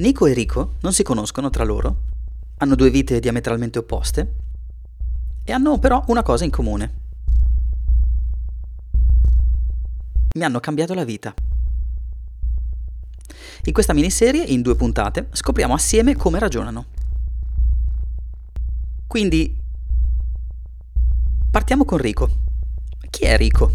Nico e Rico non si conoscono tra loro, hanno due vite diametralmente opposte e hanno però una cosa in comune. Mi hanno cambiato la vita. In questa miniserie, in 2 puntate, scopriamo assieme come ragionano. Quindi, partiamo con Rico. Chi è Rico?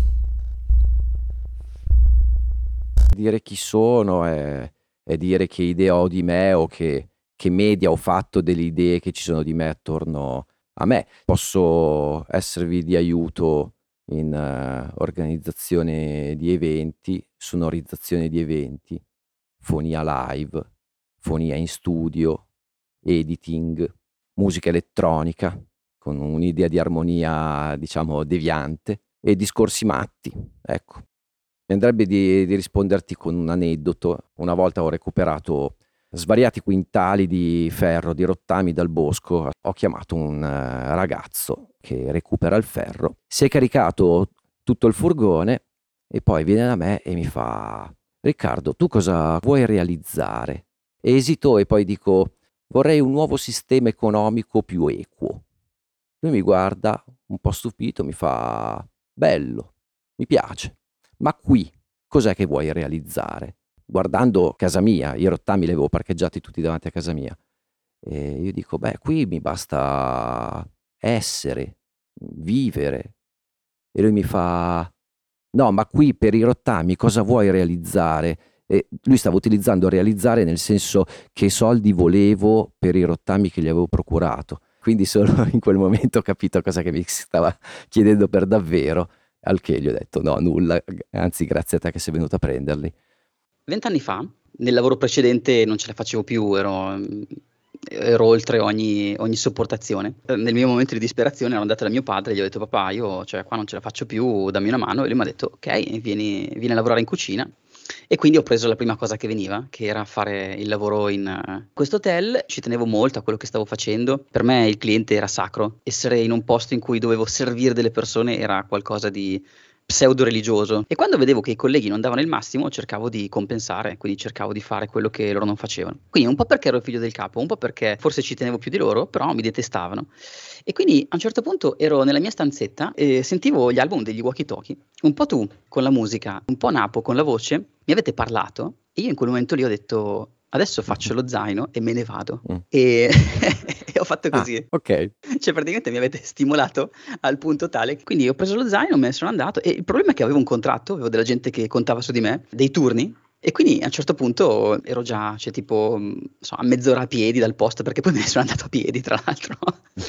Dire chi sono è dire che idea ho di me o che media ho fatto delle idee che ci sono di me attorno a me. Posso esservi di aiuto in organizzazione di eventi, sonorizzazione di eventi, fonia live, fonia in studio, editing, musica elettronica, con un'idea di armonia, diciamo, deviante e discorsi matti, ecco. Mi andrebbe di risponderti con un aneddoto. Una volta ho recuperato svariati quintali di ferro, di rottami dal bosco. Ho chiamato un ragazzo che recupera il ferro. Si è caricato tutto il furgone e poi viene da me e mi fa: Riccardo, tu cosa vuoi realizzare? Esito e poi dico: vorrei un nuovo sistema economico più equo. Lui mi guarda un po' stupito, mi fa: bello, mi piace. Ma qui cos'è che vuoi realizzare? Guardando casa mia, i rottami li avevo parcheggiati tutti davanti a casa mia. E io dico, beh, qui mi basta essere, vivere. E lui mi fa, no, ma qui per i rottami cosa vuoi realizzare? E lui stava utilizzando realizzare nel senso che soldi volevo per i rottami che gli avevo procurato. Quindi solo in quel momento ho capito cosa che mi stava chiedendo per davvero. Al che gli ho detto no, nulla, anzi grazie a te che sei venuto a prenderli. 20 anni fa, nel lavoro precedente non ce la facevo più, ero oltre ogni sopportazione. Nel mio momento di disperazione ero andato da mio padre e gli ho detto: papà, io qua non ce la faccio più, dammi una mano. E lui mi ha detto: ok, vieni a lavorare in cucina. E quindi ho preso la prima cosa che veniva, che era fare il lavoro in questo hotel. Ci tenevo molto a quello che stavo facendo. Per me il cliente era sacro. Essere in un posto in cui dovevo servire delle persone era qualcosa di pseudo religioso. E quando vedevo che i colleghi non davano il massimo, cercavo di compensare, quindi cercavo di fare quello che loro non facevano. Quindi un po' perché ero il figlio del capo, un po' perché forse ci tenevo più di loro, però mi detestavano. E quindi a un certo punto ero nella mia stanzetta e sentivo gli album degli Walkie Talkie. Un po' tu con la musica, un po' Napo con la voce, mi avete parlato e io in quel momento lì ho detto: adesso faccio lo zaino e me ne vado. Mm. E, e ho fatto Ah, così. ok. Cioè praticamente mi avete stimolato al punto tale che quindi ho preso lo zaino, me ne sono andato e il problema è che avevo un contratto, avevo della gente che contava su di me, dei turni. E quindi a un certo punto ero già, cioè tipo, a mezz'ora a piedi dal posto, perché poi me ne sono andato a piedi, tra l'altro.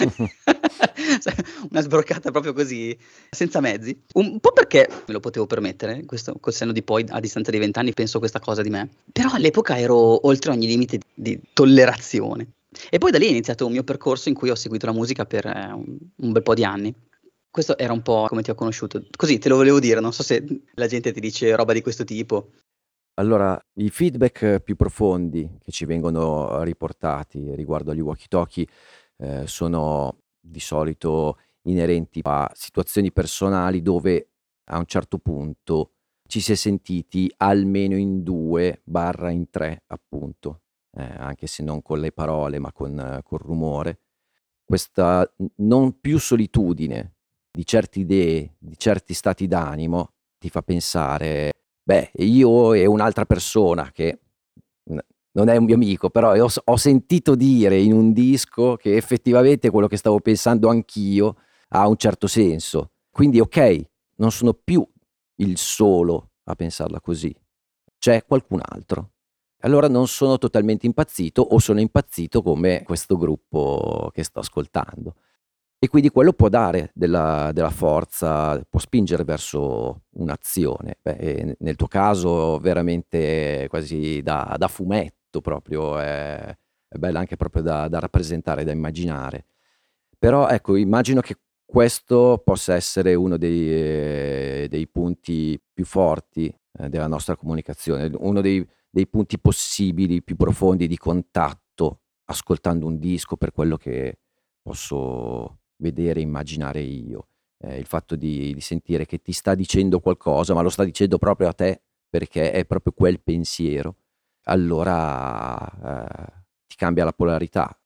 Una sbroccata proprio così, senza mezzi. Un po' perché me lo potevo permettere, questo col senno di poi, a distanza di 20 anni, penso questa cosa di me. Però all'epoca ero oltre ogni limite di tollerazione. E poi da lì è iniziato un mio percorso in cui ho seguito la musica per un bel po' di anni. Questo era un po' come ti ho conosciuto. Così te lo volevo dire, non so se la gente ti dice roba di questo tipo. Allora, i feedback più profondi che ci vengono riportati riguardo agli walkie-talkie sono di solito inerenti a situazioni personali dove a un certo punto ci si è sentiti almeno in 2 barra in 3 appunto, anche se non con le parole ma col rumore. Questa non più solitudine di certe idee, di certi stati d'animo ti fa pensare: beh, io e un'altra persona che n non è un mio amico, però ho sentito dire in un disco che effettivamente quello che stavo pensando anch'io ha un certo senso. Quindi okay, non sono più il solo a pensarla così, c'è qualcun altro. Allora non sono totalmente impazzito o sono impazzito come questo gruppo che sto ascoltando. E quindi quello può dare della forza, può spingere verso un'azione. Beh, nel tuo caso veramente quasi da fumetto proprio, è bella anche proprio da rappresentare, da immaginare. Però ecco, immagino che questo possa essere uno dei punti più forti, della nostra comunicazione, uno dei punti possibili più profondi di contatto, ascoltando un disco per quello che posso vedere e immaginare io. Il fatto di sentire che ti sta dicendo qualcosa, ma lo sta dicendo proprio a te, perché è proprio quel pensiero. allora ti cambia la polarità,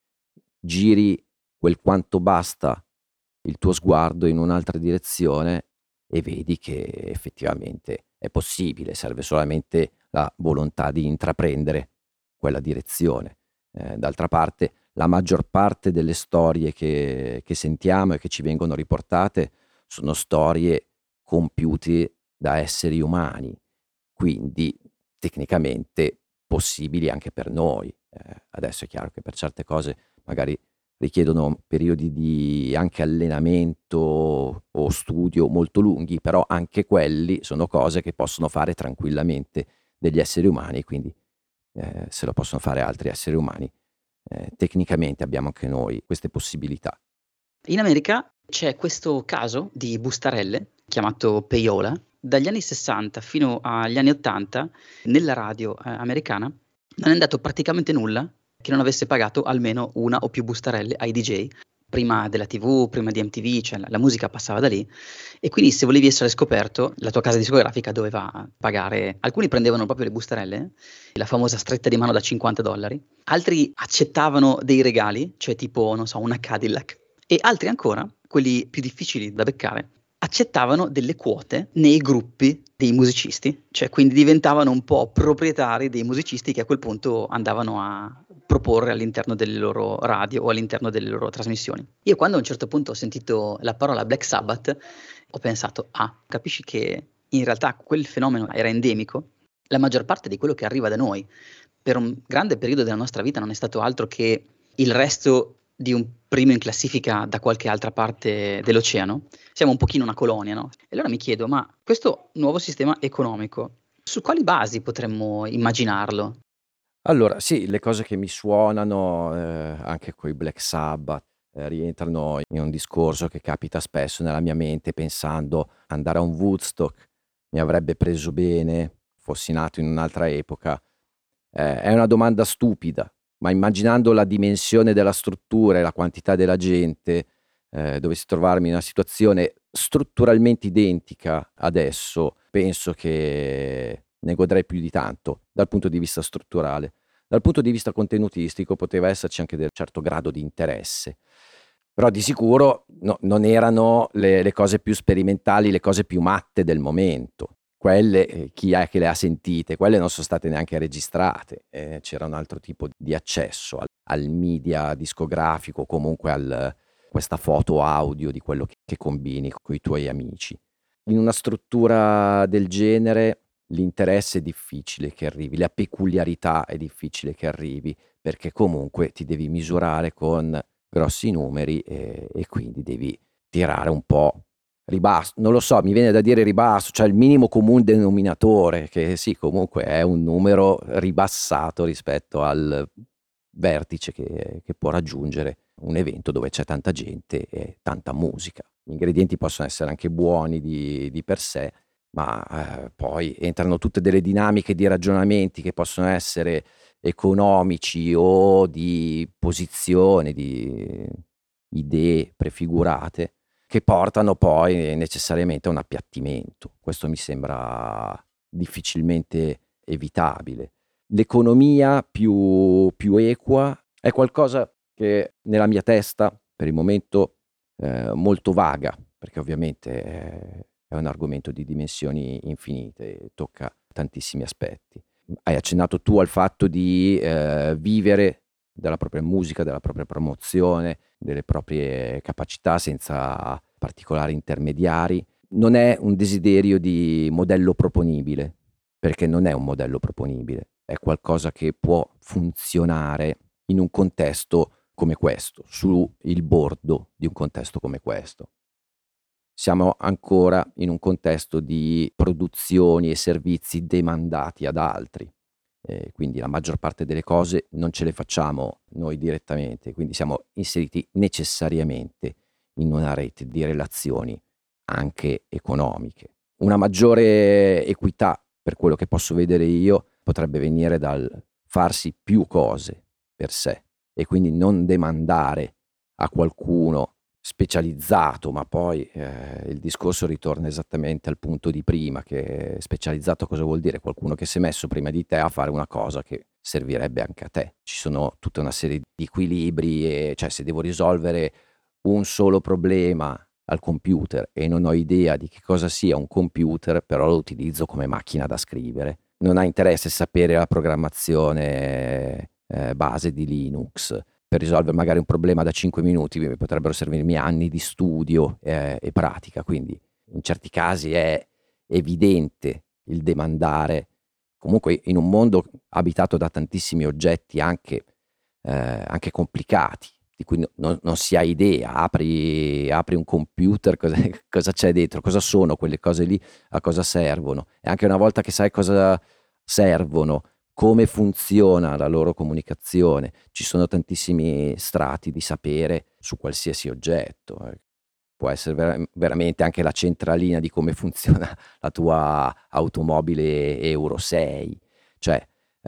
giri quel quanto basta il tuo sguardo in un'altra direzione e vedi che effettivamente è possibile, serve solamente la volontà di intraprendere quella direzione. D'altra parte, la maggior parte delle storie che sentiamo e che ci vengono riportate sono storie compiute da esseri umani, quindi tecnicamente possibili anche per noi. Adesso è chiaro che per certe cose magari richiedono periodi di anche allenamento o studio molto lunghi, però anche quelli sono cose che possono fare tranquillamente degli esseri umani, quindi se lo possono fare altri esseri umani, tecnicamente abbiamo anche noi queste possibilità. In America c'è questo caso di bustarelle chiamato payola. Dagli anni 60 fino agli anni 80 nella radio americana non è andato praticamente nulla che non avesse pagato almeno una o più bustarelle ai DJ. Prima della TV, prima di MTV, cioè la musica passava da lì, e quindi se volevi essere scoperto la tua casa discografica doveva pagare. Alcuni prendevano proprio le bustarelle, la famosa stretta di mano da $50, altri accettavano dei regali, cioè tipo, non so, una Cadillac, e altri ancora, quelli più difficili da beccare, accettavano delle quote nei gruppi dei musicisti, cioè quindi diventavano un po' proprietari dei musicisti che a quel punto andavano a proporre all'interno delle loro radio o all'interno delle loro trasmissioni. Io quando a un certo punto ho sentito la parola Black Sabbath ho pensato, capisci che in realtà quel fenomeno era endemico? La maggior parte di quello che arriva da noi per un grande periodo della nostra vita non è stato altro che il resto di un primo in classifica da qualche altra parte dell'oceano. Siamo un pochino una colonia, no? E allora mi chiedo, ma questo nuovo sistema economico, su quali basi potremmo immaginarlo? Allora sì, le cose che mi suonano, anche coi Black Sabbath, rientrano in un discorso che capita spesso nella mia mente pensando: andare a un Woodstock mi avrebbe preso bene, fossi nato in un'altra epoca. È una domanda stupida, ma immaginando la dimensione della struttura e la quantità della gente, dovessi trovarmi in una situazione strutturalmente identica adesso, penso che ne godrei più di tanto dal punto di vista strutturale. Dal punto di vista contenutistico poteva esserci anche del certo grado di interesse, però di sicuro non erano le cose più sperimentali, le cose più matte del momento. Quelle, chi è che le ha sentite? Quelle non son state neanche registrate, c'era un altro tipo di accesso al media discografico, comunque questa foto audio di quello che combini coi tuoi amici. In una struttura del genere l'interesse è difficile che arrivi, la peculiarità è difficile che arrivi, perché comunque ti devi misurare con grossi numeri, e quindi devi tirare un po' ribasso, non lo so, mi viene da dire ribasso, cioè il minimo comun denominatore, che sì, comunque è un numero ribassato rispetto al vertice che può raggiungere un evento dove c'è tanta gente e tanta musica. Gli ingredienti possono essere anche buoni di per sé, ma poi entrano tutte delle dinamiche di ragionamenti che possono essere economici o di posizione, di idee prefigurate, che portano poi necessariamente a un appiattimento. Questo mi sembra difficilmente evitabile. L'economia più equa è qualcosa che nella mia testa per il momento molto vaga, perché ovviamente è un argomento di dimensioni infinite e tocca tantissimi aspetti. Hai accennato tu al fatto di vivere della propria musica, della propria promozione, delle proprie capacità senza particolari intermediari. Non è un desiderio di modello proponibile, perché non è un modello proponibile, è qualcosa che può funzionare in un contesto come questo, sul bordo di un contesto come questo. Siamo ancora in un contesto di produzioni e servizi demandati ad altri, quindi la maggior parte delle cose non ce le facciamo noi direttamente, quindi siamo inseriti necessariamente in una rete di relazioni anche economiche. Una maggiore equità, per quello che posso vedere io, potrebbe venire dal farsi più cose per sé e quindi non demandare a qualcuno specializzato, ma poi il discorso ritorna esattamente al punto di prima, che specializzato cosa vuol dire? Qualcuno che si è messo prima di te a fare una cosa che servirebbe anche a te. Ci sono tutta una serie di equilibri, e cioè se devo risolvere un solo problema al computer e non ho idea di che cosa sia un computer, però lo utilizzo come macchina da scrivere. Non ha interesse sapere la programmazione base di Linux. Per risolvere magari un problema da 5 minuti potrebbero servirmi anni di studio e pratica, quindi in certi casi è evidente il demandare. Comunque in un mondo abitato da tantissimi oggetti anche complicati, di cui non si ha idea, apri un computer, cosa c'è dentro, cosa sono quelle cose lì, a cosa servono, e anche una volta che sai cosa servono, come funziona la loro comunicazione, ci sono tantissimi strati di sapere su qualsiasi oggetto. Può essere veramente anche la centralina di come funziona la tua automobile Euro 6, cioè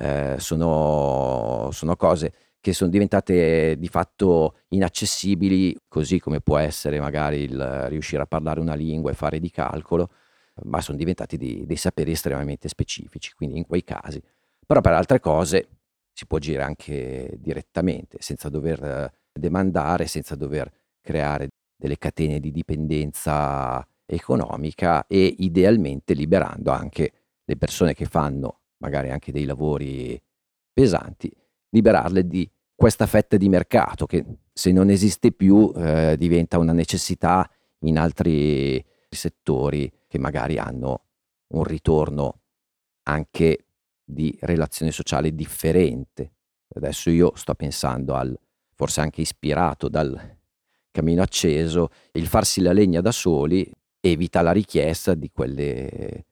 sono cose che sono diventate di fatto inaccessibili, così come può essere magari il riuscire a parlare una lingua e fare di calcolo, ma sono diventati dei saperi estremamente specifici, quindi in quei casi. Però per altre cose si può agire anche direttamente, senza dover demandare, senza dover creare delle catene di dipendenza economica, e idealmente liberando anche le persone che fanno magari anche dei lavori pesanti, liberarle di questa fetta di mercato che, se non esiste più, diventa una necessità in altri settori che magari hanno un ritorno anche di relazione sociale differente. Adesso io sto pensando forse anche ispirato dal Camino Acceso, il farsi la legna da soli evita la richiesta di quelle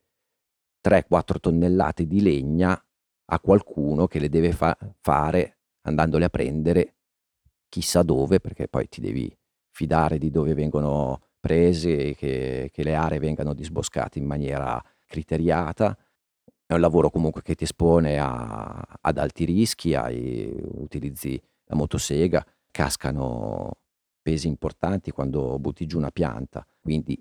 3-4 tonnellate di legna a qualcuno che le deve fare andandole a prendere chissà dove, perché poi ti devi fidare di dove vengono prese e che le aree vengano disboscate in maniera criteriata. È un lavoro comunque che ti espone ad alti rischi, utilizzi la motosega, cascano pesi importanti quando butti giù una pianta, quindi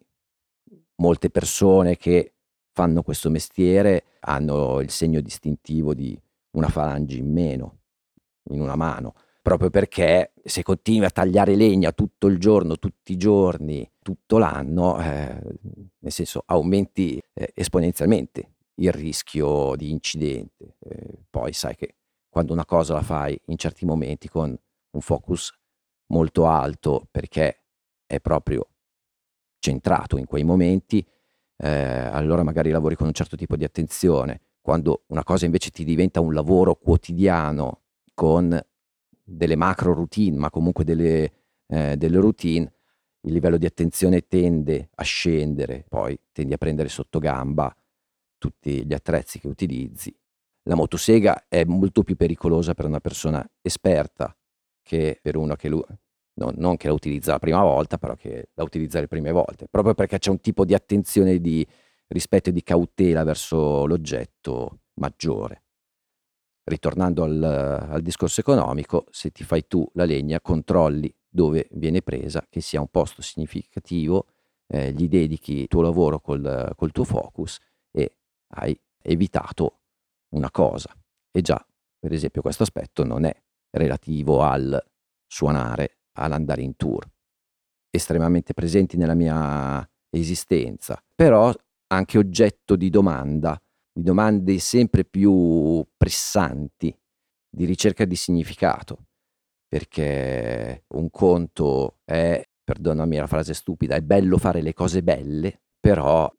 molte persone che fanno questo mestiere hanno il segno distintivo di una falange in meno in una mano, proprio perché se continui a tagliare legna tutto il giorno, tutti i giorni, tutto l'anno, nel senso aumenti esponenzialmente il rischio di incidente. Poi sai che quando una cosa la fai in certi momenti con un focus molto alto, perché è proprio centrato in quei momenti, allora magari lavori con un certo tipo di attenzione. Quando una cosa invece ti diventa un lavoro quotidiano con delle macro routine, ma comunque delle routine, il livello di attenzione tende a scendere, poi tendi a prendere sotto gamba tutti gli attrezzi che utilizzi. La motosega è molto più pericolosa per una persona esperta che per uno che non che la utilizza la prima volta, però che la utilizza le prime volte, proprio perché c'è un tipo di attenzione, di rispetto e di cautela verso l'oggetto maggiore. Ritornando al discorso economico, se ti fai tu la legna, controlli dove viene presa, che sia un posto significativo, gli dedichi il tuo lavoro col tuo focus e hai evitato una cosa. E già, per esempio, questo aspetto non è relativo al suonare, all'andare in tour, estremamente presenti nella mia esistenza, però anche oggetto di domande sempre più pressanti, di ricerca di significato, perché un conto è, perdonami la frase stupida, è bello fare le cose belle, però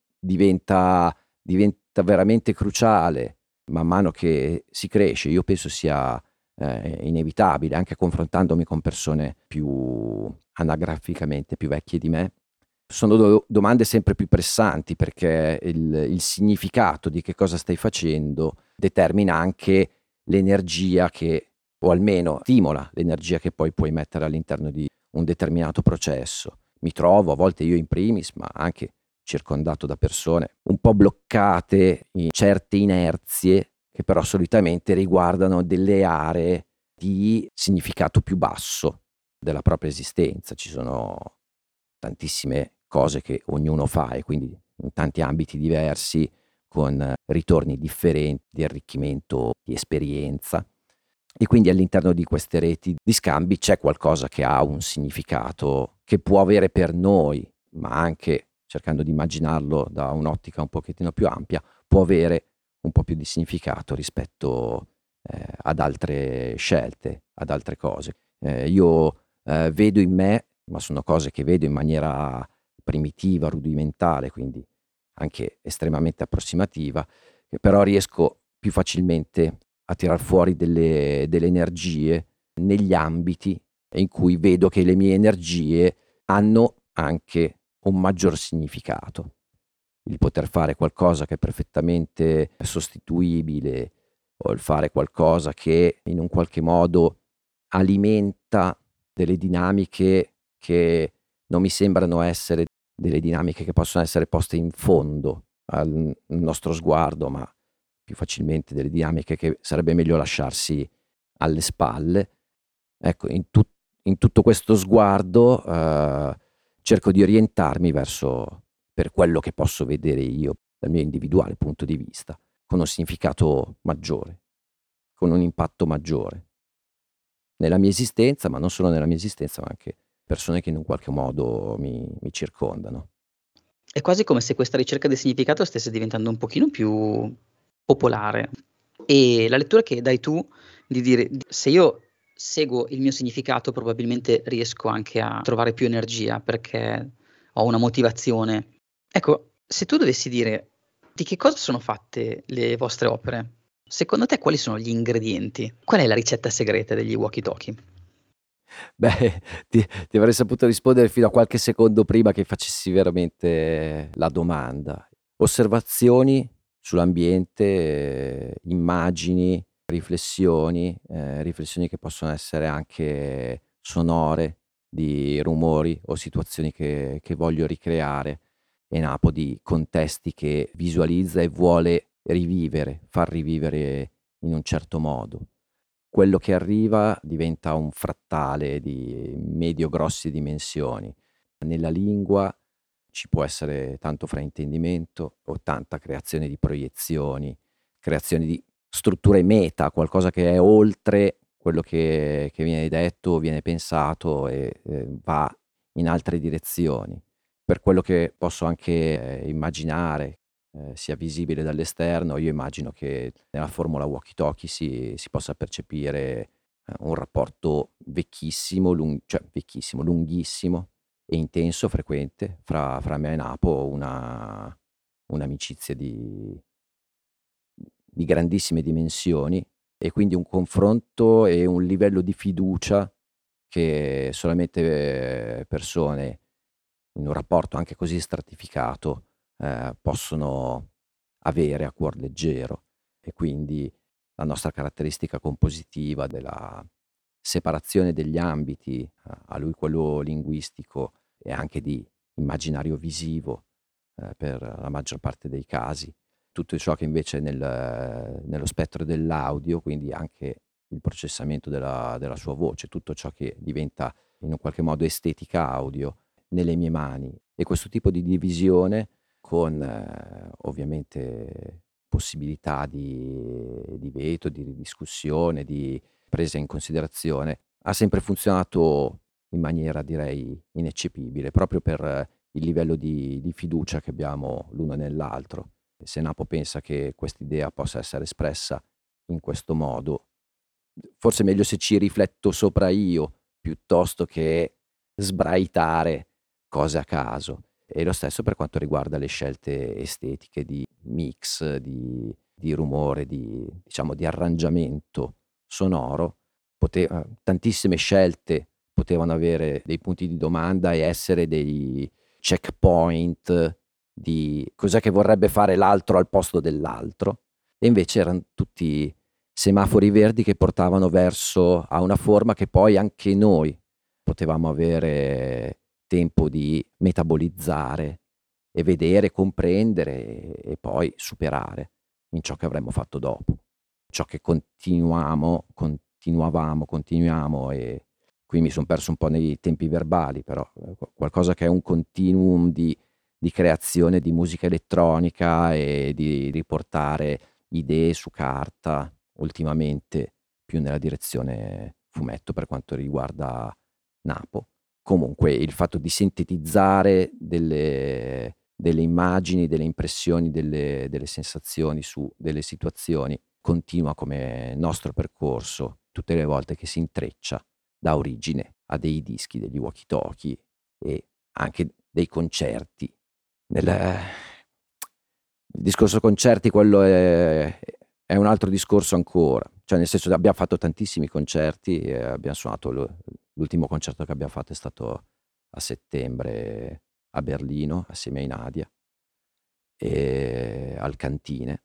diventa veramente cruciale man mano che si cresce. Io penso sia inevitabile, anche confrontandomi con persone più anagraficamente più vecchie di me. Sono domande sempre più pressanti, perché il significato di che cosa stai facendo determina anche l'energia o almeno stimola l'energia che poi puoi mettere all'interno di un determinato processo. Mi trovo, a volte io in primis, ma anche circondato da persone un po' bloccate in certe inerzie, che però solitamente riguardano delle aree di significato più basso della propria esistenza. Ci sono tantissime cose che ognuno fa e quindi in tanti ambiti diversi, con ritorni differenti di arricchimento, di esperienza. E quindi all'interno di queste reti di scambi c'è qualcosa che ha un significato che può avere per noi, ma anche cercando di immaginarlo da un'ottica un pochettino più ampia, può avere un po' più di significato rispetto ad altre scelte, ad altre cose. Io vedo in me, ma sono cose che vedo in maniera primitiva, rudimentale, quindi anche estremamente approssimativa, che però riesco più facilmente a tirar fuori delle energie negli ambiti in cui vedo che le mie energie hanno anche un maggior significato. Il poter fare qualcosa che è perfettamente sostituibile o il fare qualcosa che in un qualche modo alimenta delle dinamiche che non mi sembrano essere delle dinamiche che possono essere poste in fondo al nostro sguardo, ma più facilmente delle dinamiche che sarebbe meglio lasciarsi alle spalle. Ecco, in tutto questo sguardo, cerco di orientarmi verso per quello che posso vedere io dal mio individuale punto di vista, con un significato maggiore, con un impatto maggiore nella mia esistenza, ma non solo nella mia esistenza, ma anche persone che in un qualche modo mi circondano. È quasi come se questa ricerca del significato stesse diventando un pochino più popolare. E la lettura che dai tu di dire: se io seguo il mio significato, probabilmente riesco anche a trovare più energia perché ho una motivazione. Ecco, se tu dovessi dire di che cosa sono fatte le vostre opere, secondo te quali sono gli ingredienti? Qual è la ricetta segreta degli walkie talkie? Beh, ti avrei saputo rispondere fino a qualche secondo prima che facessi veramente la domanda. Osservazioni sull'ambiente, immagini, riflessioni che possono essere anche sonore, di rumori o situazioni che voglio ricreare e napo di contesti che visualizza e vuole rivivere, far rivivere in un certo modo. Quello che arriva diventa un frattale di medio-grosse dimensioni. Nella lingua ci può essere tanto fraintendimento o tanta creazione di proiezioni, creazione di strutture meta, qualcosa che è oltre quello che viene detto, viene pensato e, va in altre direzioni. Per quello che posso anche, immaginare, sia visibile dall'esterno, io immagino che nella formula walkie talkie si possa percepire, un rapporto vecchissimo, cioè vecchissimo, lunghissimo e intenso, frequente fra me e Napo, un'amicizia di grandissime dimensioni e quindi un confronto e un livello di fiducia che solamente persone in un rapporto anche così stratificato, possono avere a cuor leggero. E quindi la nostra caratteristica compositiva della separazione degli ambiti, a lui quello linguistico e anche di immaginario visivo, per la maggior parte dei casi. Tutto ciò che invece nello spettro dell'audio, quindi anche il processamento della sua voce, tutto ciò che diventa in un qualche modo estetica audio nelle mie mani. E questo tipo di divisione con ovviamente possibilità di veto, di ridiscussione, di presa in considerazione, ha sempre funzionato in maniera direi ineccepibile, proprio per il livello di fiducia che abbiamo l'uno nell'altro. Se Napo pensa che quest'idea possa essere espressa in questo modo, forse è meglio se ci rifletto sopra io, piuttosto che sbraitare cose a caso. E lo stesso per quanto riguarda le scelte estetiche di mix, di rumore, diciamo di arrangiamento sonoro. Tantissime scelte potevano avere dei punti di domanda e essere dei checkpoint di cos'è che vorrebbe fare l'altro al posto dell'altro, e invece eran tutti semafori verdi che portavano verso a una forma che poi anche noi potevamo avere tempo di metabolizzare e vedere, comprendere e poi superare in ciò che avremmo fatto dopo. Ciò che continuiamo e qui mi son perso un po' nei tempi verbali, però qualcosa che è un continuum di creazione di musica elettronica e di riportare idee su carta, ultimamente più nella direzione fumetto per quanto riguarda Napo. Comunque il fatto di sintetizzare delle immagini, delle impressioni, delle sensazioni su delle situazioni continua come nostro percorso tutte le volte che si intreccia da origine a dei dischi, degli walkie-talkie e anche dei concerti. Nel il discorso concerti quello è un altro discorso ancora, cioè nel senso abbiam fatto tantissimi concerti e abbiam suonato l'ultimo concerto che abbiam fatto è stato a settembre a Berlino assieme ai Nadia, al Cantine.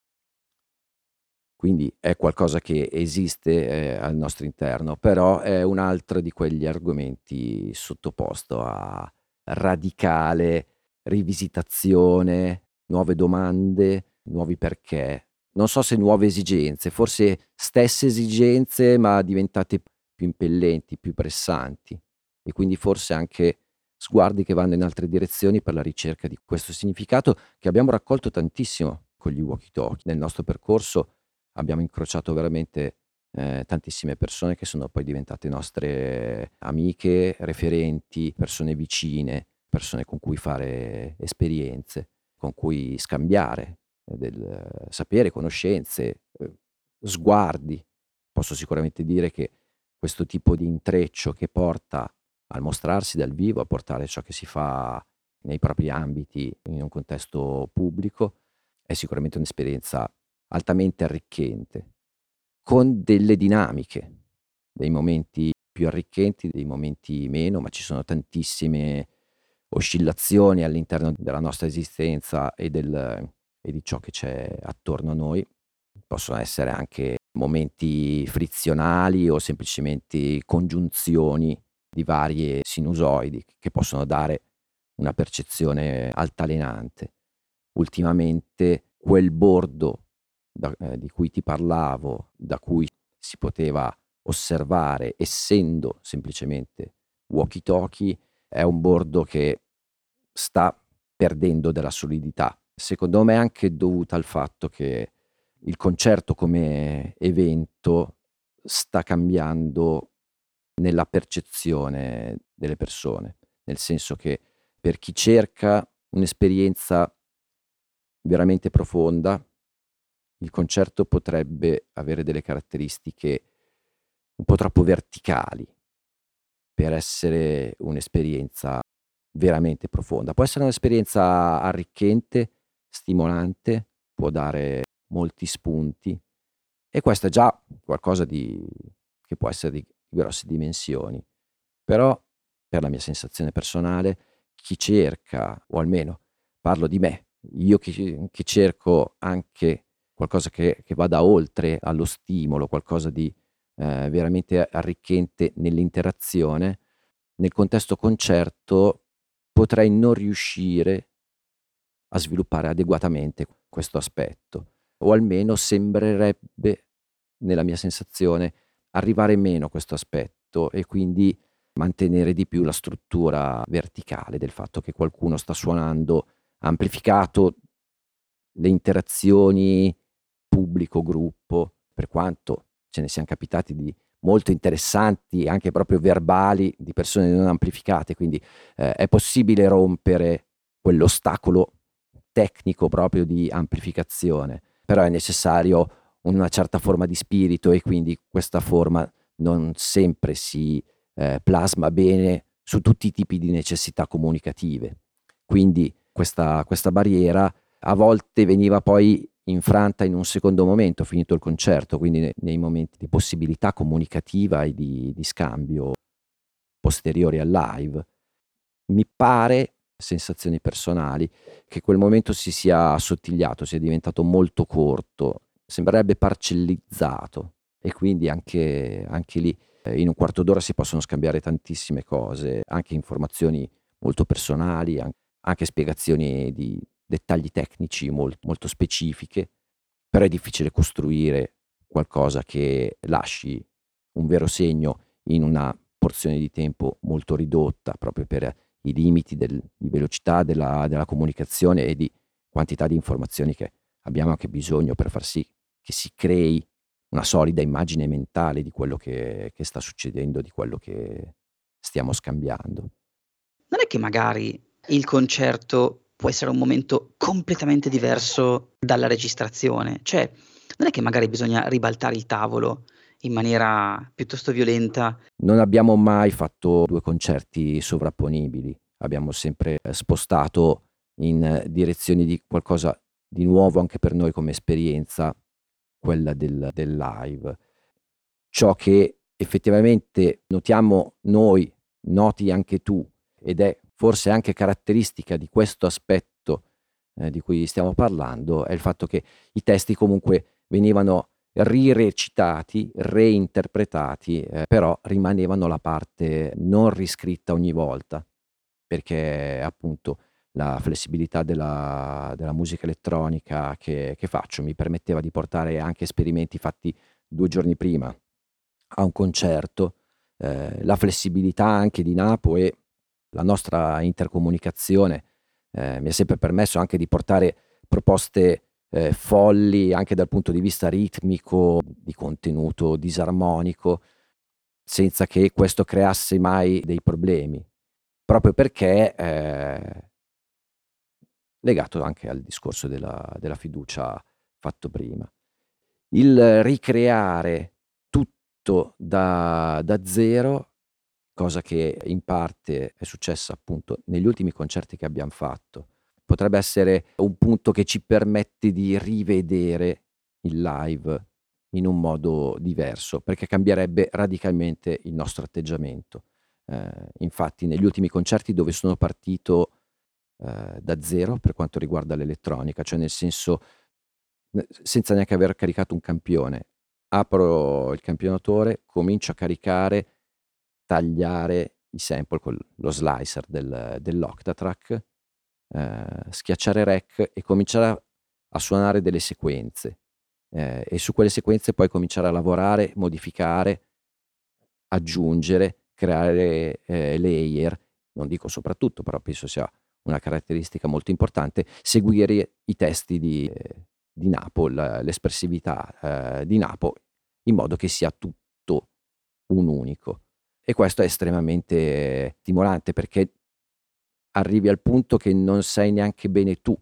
Quindi è qualcosa che esiste, al nostro interno, però è un altro di quegli argomenti sottoposto a radicale rivisitazione, nuove domande, nuovi perché. Non so se nuove esigenze, forse stesse esigenze, ma diventate più impellenti, più pressanti e quindi forse anche sguardi che vanno in altre direzioni per la ricerca di questo significato che abbiamo raccolto tantissimo con gli walkie talkie. Nel nostro percorso abbiamo incrociato veramente, tantissime persone che sono poi diventate nostre amiche, referenti, persone vicine, persone con cui fare esperienze, con cui scambiare del sapere, conoscenze, sguardi. Posso sicuramente dire che questo tipo di intreccio che porta al mostrarsi dal vivo, a portare ciò che si fa nei propri ambiti in un contesto pubblico, è sicuramente un'esperienza altamente arricchente, con delle dinamiche, dei momenti più arricchenti, dei momenti meno, ma ci sono tantissime oscillazioni all'interno della nostra esistenza e di ciò che c'è attorno a noi. Possono essere anche momenti frizionali o semplicemente congiunzioni di varie sinusoidi che possono dare una percezione altalenante. Ultimamente quel bordo di cui ti parlavo, da cui si poteva osservare essendo semplicemente walkie talkie, è un bordo che sta perdendo della solidità. Secondo me anche dovuta al fatto che il concerto come evento sta cambiando nella percezione delle persone, nel senso che per chi cerca un'esperienza veramente profonda, il concerto potrebbe avere delle caratteristiche un po' troppo verticali per essere un'esperienza veramente profonda. Può essere un'esperienza arricchente, stimolante, può dare molti spunti e questo è già qualcosa di che può essere di grosse dimensioni. Però, per la mia sensazione personale, chi cerca, o almeno parlo di me, io che cerco anche qualcosa che vada oltre allo stimolo, qualcosa di, veramente arricchente nell'interazione, nel contesto concerto potrei non riuscire a sviluppare adeguatamente questo aspetto, o almeno sembrerebbe, nella mia sensazione, arrivare meno a questo aspetto e quindi mantenere di più la struttura verticale del fatto che qualcuno sta suonando amplificato, le interazioni pubblico-gruppo, per quanto ce ne sian capitati di molto interessanti, anche proprio verbali, di persone non amplificate, quindi è possibile rompere quell'ostacolo tecnico proprio di amplificazione, però è necessario una certa forma di spirito e quindi questa forma non sempre si plasma bene su tutti i tipi di necessità comunicative. Quindi questa barriera a volte veniva poi infranta in un secondo momento, finito il concerto, quindi nei momenti di possibilità comunicativa e di scambio posteriori al live. Mi pare, sensazioni personali, che quel momento si sia assottigliato, sia diventato molto corto, sembrerebbe parcellizzato e quindi anche lì in un quarto d'ora si possono scambiare tantissime cose, anche informazioni molto personali, anche spiegazioni di dettagli tecnici molto specifiche, però è difficile costruire qualcosa che lasci un vero segno in una porzione di tempo molto ridotta, proprio per i limiti di velocità della comunicazione e di quantità di informazioni che abbiamo anche bisogno per far sì che si crei una solida immagine mentale di quello che sta succedendo, di quello che stiamo scambiando. Non è che magari il concerto può essere un momento completamente diverso dalla registrazione? Cioè, non è che magari bisogna ribaltare il tavolo in maniera piuttosto violenta? Non abbiamo mai fatto 2 concerti sovrapponibili, abbiamo sempre spostato in direzioni di qualcosa di nuovo anche per noi come esperienza, quella del live. Ciò che effettivamente notiamo noi, noti anche tu, ed è forse anche caratteristica di questo aspetto, di cui stiamo parlando, è il fatto che i testi comunque venivano rirecitati, reinterpretati, però rimanevano la parte non riscritta ogni volta, perché appunto la flessibilità della musica elettronica che faccio mi permetteva di portare anche esperimenti fatti 2 giorni prima a un concerto, la flessibilità anche di Napo e la nostra intercomunicazione, mi ha sempre permesso anche di portare proposte, folli anche dal punto di vista ritmico, di contenuto disarmonico, senza che questo creasse mai dei problemi, proprio perché, legato anche al discorso della fiducia fatto prima. Il ricreare tutto da zero, cosa che in parte è successa appunto negli ultimi concerti che abbiam fatto, potrebbe essere un punto che ci permette di rivedere il live in un modo diverso, perché cambierebbe radicalmente il nostro atteggiamento. Infatti negli ultimi concerti dove sono partito, da zero per quanto riguarda l'elettronica, cioè nel senso senza neanche aver caricato un campione. Apro il campionatore, comincio a caricare, tagliare i sample con lo slicer dell'Octatrack, schiacciare rec e cominciare a suonare delle sequenze, e su quelle sequenze poi cominciare a lavorare, modificare, aggiungere, creare, layer, non dico soprattutto, però penso sia una caratteristica molto importante, seguire i testi di Napo, l'espressività, di Napo, in modo che sia tutto un unico. E questo è estremamente stimolante perché arrivi al punto che non sai neanche bene tu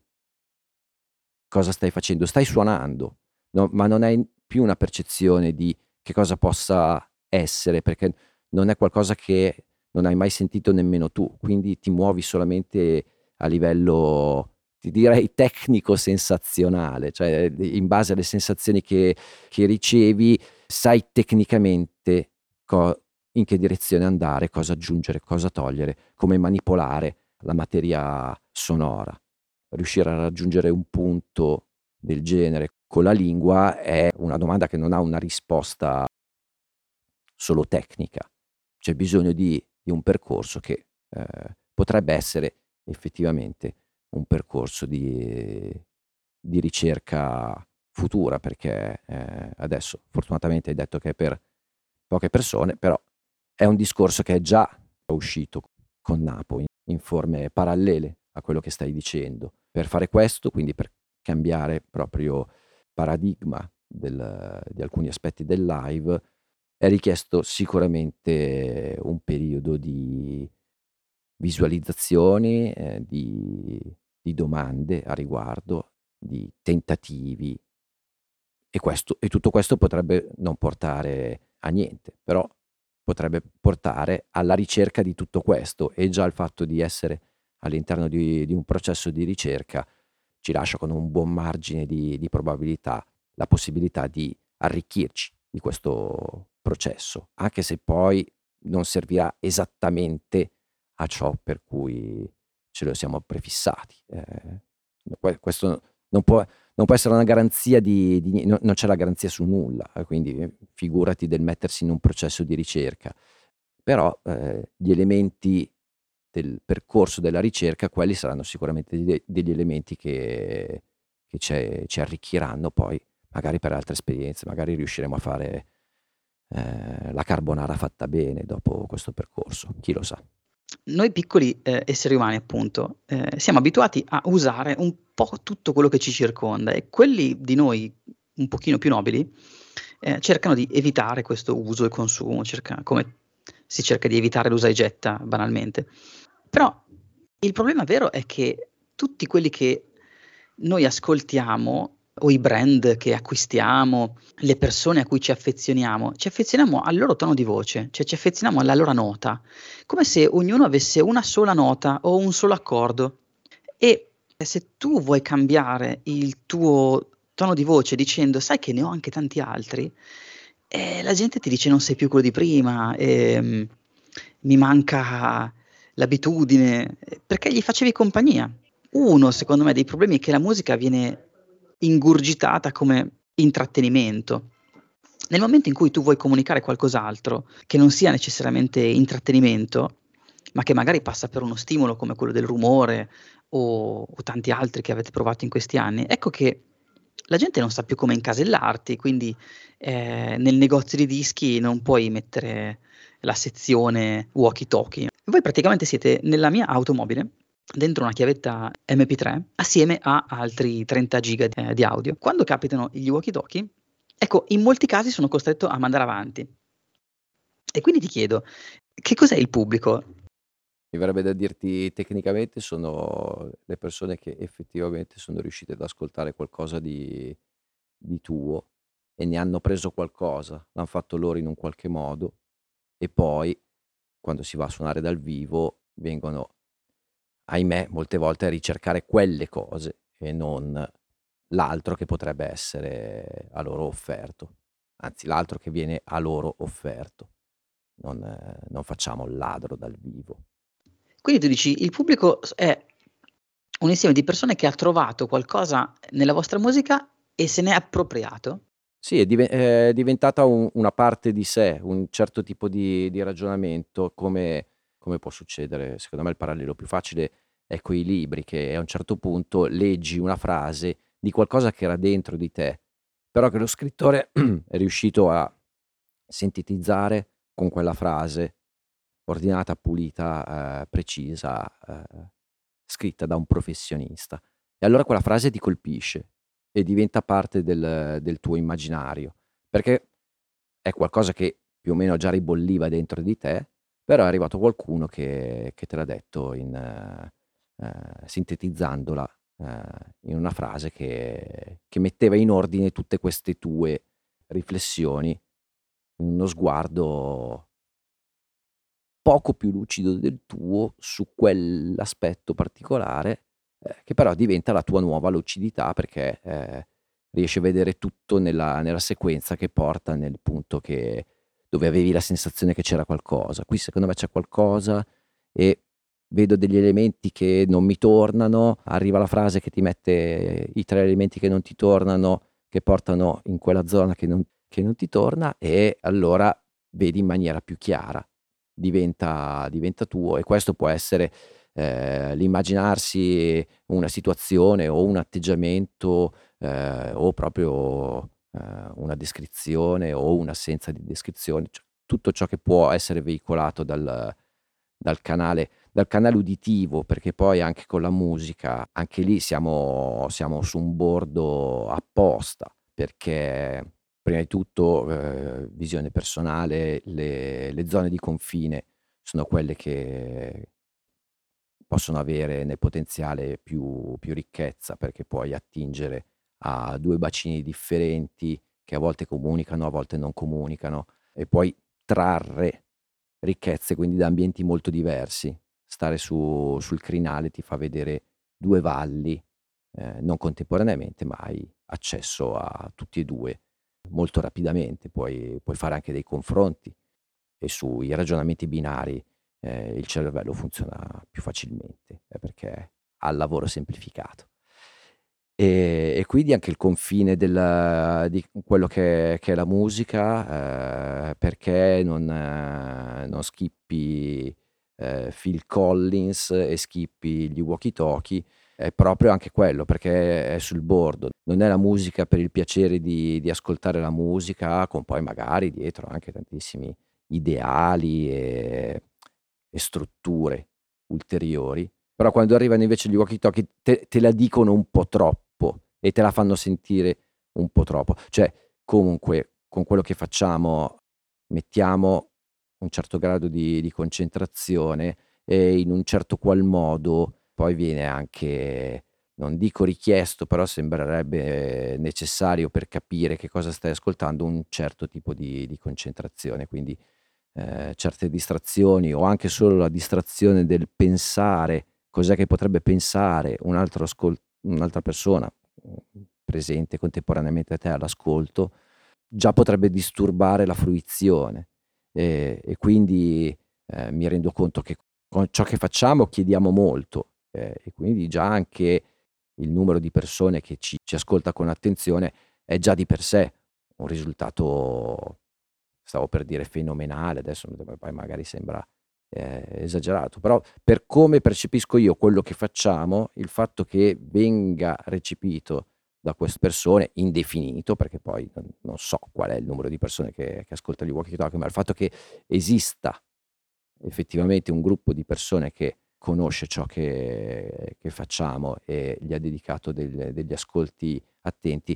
cosa stai facendo. Stai suonando, no, ma non hai più una percezione di che cosa possa essere, perché non è qualcosa che non hai mai sentito nemmeno tu, quindi ti muovi solamente a livello, ti direi, tecnico-sensazionale, cioè in base alle sensazioni che ricevi, sai tecnicamente in che direzione andare, cosa aggiungere, cosa togliere, come manipolare la materia sonora. Riuscire a raggiungere un punto del genere con la lingua è una domanda che non ha una risposta solo tecnica. C'è bisogno di un percorso che, potrebbe essere effettivamente un percorso di ricerca futura, perché, adesso fortunatamente hai detto che è per poche persone, però è un discorso che è già uscito con Napo in forme parallele a quello che stai dicendo. Per fare questo, quindi per cambiare proprio paradigma di alcuni aspetti del live, è richiesto sicuramente un periodo di visualizzazioni, di domande a riguardo, di tentativi e tutto questo potrebbe non portare a niente, però potrebbe portare alla ricerca di tutto questo e già il fatto di essere all'interno di un processo di ricerca ci lascia con un buon margine di probabilità la possibilità di arricchirci di questo processo, anche se poi non servirà esattamente a ciò per cui ce lo siamo prefissati. Questo non può non può essere una garanzia non c'è la garanzia su nulla, quindi figurati del mettersi in un processo di ricerca. Però, gli elementi del percorso della ricerca, quelli saranno sicuramente degli elementi che ci arricchiranno poi, magari per altre esperienze, magari riusciremo a fare, la carbonara fatta bene dopo questo percorso, chi lo sa. Noi piccoli esseri umani, appunto, siamo abituati a usare un po' tutto quello che ci circonda e quelli di noi un pochino più nobili cercano di evitare questo uso e consumo, come si cerca di evitare l'usa e getta banalmente. Però il problema vero è che tutti quelli che noi ascoltiamo o i brand che acquistiamo, le persone a cui ci affezioniamo al loro tono di voce, cioè ci affezioniamo alla loro nota, come se ognuno avesse una sola nota o un solo accordo. E se tu vuoi cambiare il tuo tono di voce dicendo: "Sai che ne ho anche tanti altri", la gente ti dice: "Non sei più quello di prima, mi manca l'abitudine", perché gli facevi compagnia. Uno, secondo me, dei problemi è che la musica viene ingurgitata come intrattenimento. Nel momento in cui tu vuoi comunicare qualcos'altro, che non sia necessariamente intrattenimento, ma che magari passa per uno stimolo come quello del rumore o tanti altri che avete provato in questi anni, ecco che la gente non sa più come incasellarti, quindi, nel negozio di dischi non puoi mettere la sezione walkie talkie. Voi praticamente siete nella mia automobile, dentro una chiavetta MP3, assieme a altri 30 giga di audio. Quando capitano gli walkie talkie, ecco, in molti casi sono costretto a mandare avanti. E quindi ti chiedo, che cos'è il pubblico? Mi verrebbe da dirti tecnicamente sono le persone che effettivamente sono riuscite ad ascoltare qualcosa di tuo e ne hanno preso qualcosa, l'han fatto loro in un qualche modo e poi quando si va a suonare dal vivo vengono, ahimè, molte volte a ricercare quelle cose e non l'altro che potrebbe essere a loro offerto, anzi l'altro che viene a loro offerto. Non facciamo il ladro dal vivo. Quindi tu dici, il pubblico è un insieme di persone che ha trovato qualcosa nella vostra musica e se n'è appropriato? Sì, è diventata una parte di sé, un certo tipo di ragionamento, come può succedere secondo me il parallelo più facile è coi libri, che a un certo punto leggi una frase di qualcosa che era dentro di te, però che lo scrittore è riuscito a sintetizzare con quella frase ordinata, pulita, precisa, scritta da un professionista. E allora quella frase ti colpisce e diventa parte del tuo immaginario, perché è qualcosa che più o meno già ribolliva dentro di te, però è arrivato qualcuno che te l'ha detto sintetizzandola, in una frase che metteva in ordine tutte queste tue riflessioni in uno sguardo poco più lucido del tuo su quell'aspetto particolare, che però diventa la tua nuova lucidità perché, riesci a vedere tutto nella sequenza che porta nel punto dove avevi la sensazione che c'era qualcosa. Qui secondo me c'è qualcosa e vedo degli elementi che non mi tornano, arriva la frase che ti mette i 3 elementi che non ti tornano, che portano in quella zona che non ti torna e allora vedi in maniera più chiara, diventa tuo e questo può essere, l'immaginarsi una situazione o un atteggiamento, o proprio, una descrizione o un'assenza di descrizione, cioè tutto ciò che può essere veicolato dal canale uditivo, perché poi anche con la musica, anche lì siamo su un bordo apposta, perché prima di tutto, visione personale, le zone di confine sono quelle che possono avere nel potenziale più ricchezza, perché puoi attingere a 2 bacini differenti che a volte comunicano, a volte non comunicano e puoi trarre ricchezze, quindi da ambienti molto diversi. Stare sul crinale ti fa vedere 2 valli, non contemporaneamente, ma hai accesso a tutti e 2 molto rapidamente. Puoi fare anche dei confronti e sui ragionamenti binari, il cervello funziona più facilmente, perché ha il lavoro semplificato. E quindi anche il confine di quello che è la musica, perché non skippi, Phil Collins e skippi gli walkie talkie, è proprio anche quello, perché è sul bordo. Non è la musica per il piacere di ascoltare la musica, con poi magari dietro anche tantissimi ideali e strutture ulteriori. Però quando arrivano invece gli walkie-talkie te la dicono un po' troppo e te la fanno sentire un po' troppo. Cioè, comunque, con quello che facciamo mettiamo un certo grado di concentrazione e in un certo qual modo poi viene anche, non dico richiesto, però sembrerebbe necessario per capire che cosa stai ascoltando, un certo tipo di concentrazione. Quindi certe distrazioni o anche solo la distrazione del pensare cos'è che potrebbe pensare un'altra persona presente contemporaneamente a te all'ascolto, già potrebbe disturbare la fruizione. E quindi mi rendo conto che con ciò che facciamo chiediamo molto, e quindi già anche il numero di persone che ci ascolta con attenzione è già di per sé un risultato, stavo per dire fenomenale, adesso poi magari sembra esagerato, però per come percepisco io quello che facciamo, il fatto che venga recepito da queste persone, indefinito, perché poi non so qual è il numero di persone che ascolta gli walkie talkie, ma il fatto che esista effettivamente un gruppo di persone che conosce ciò che facciamo e gli ha dedicato degli ascolti attenti,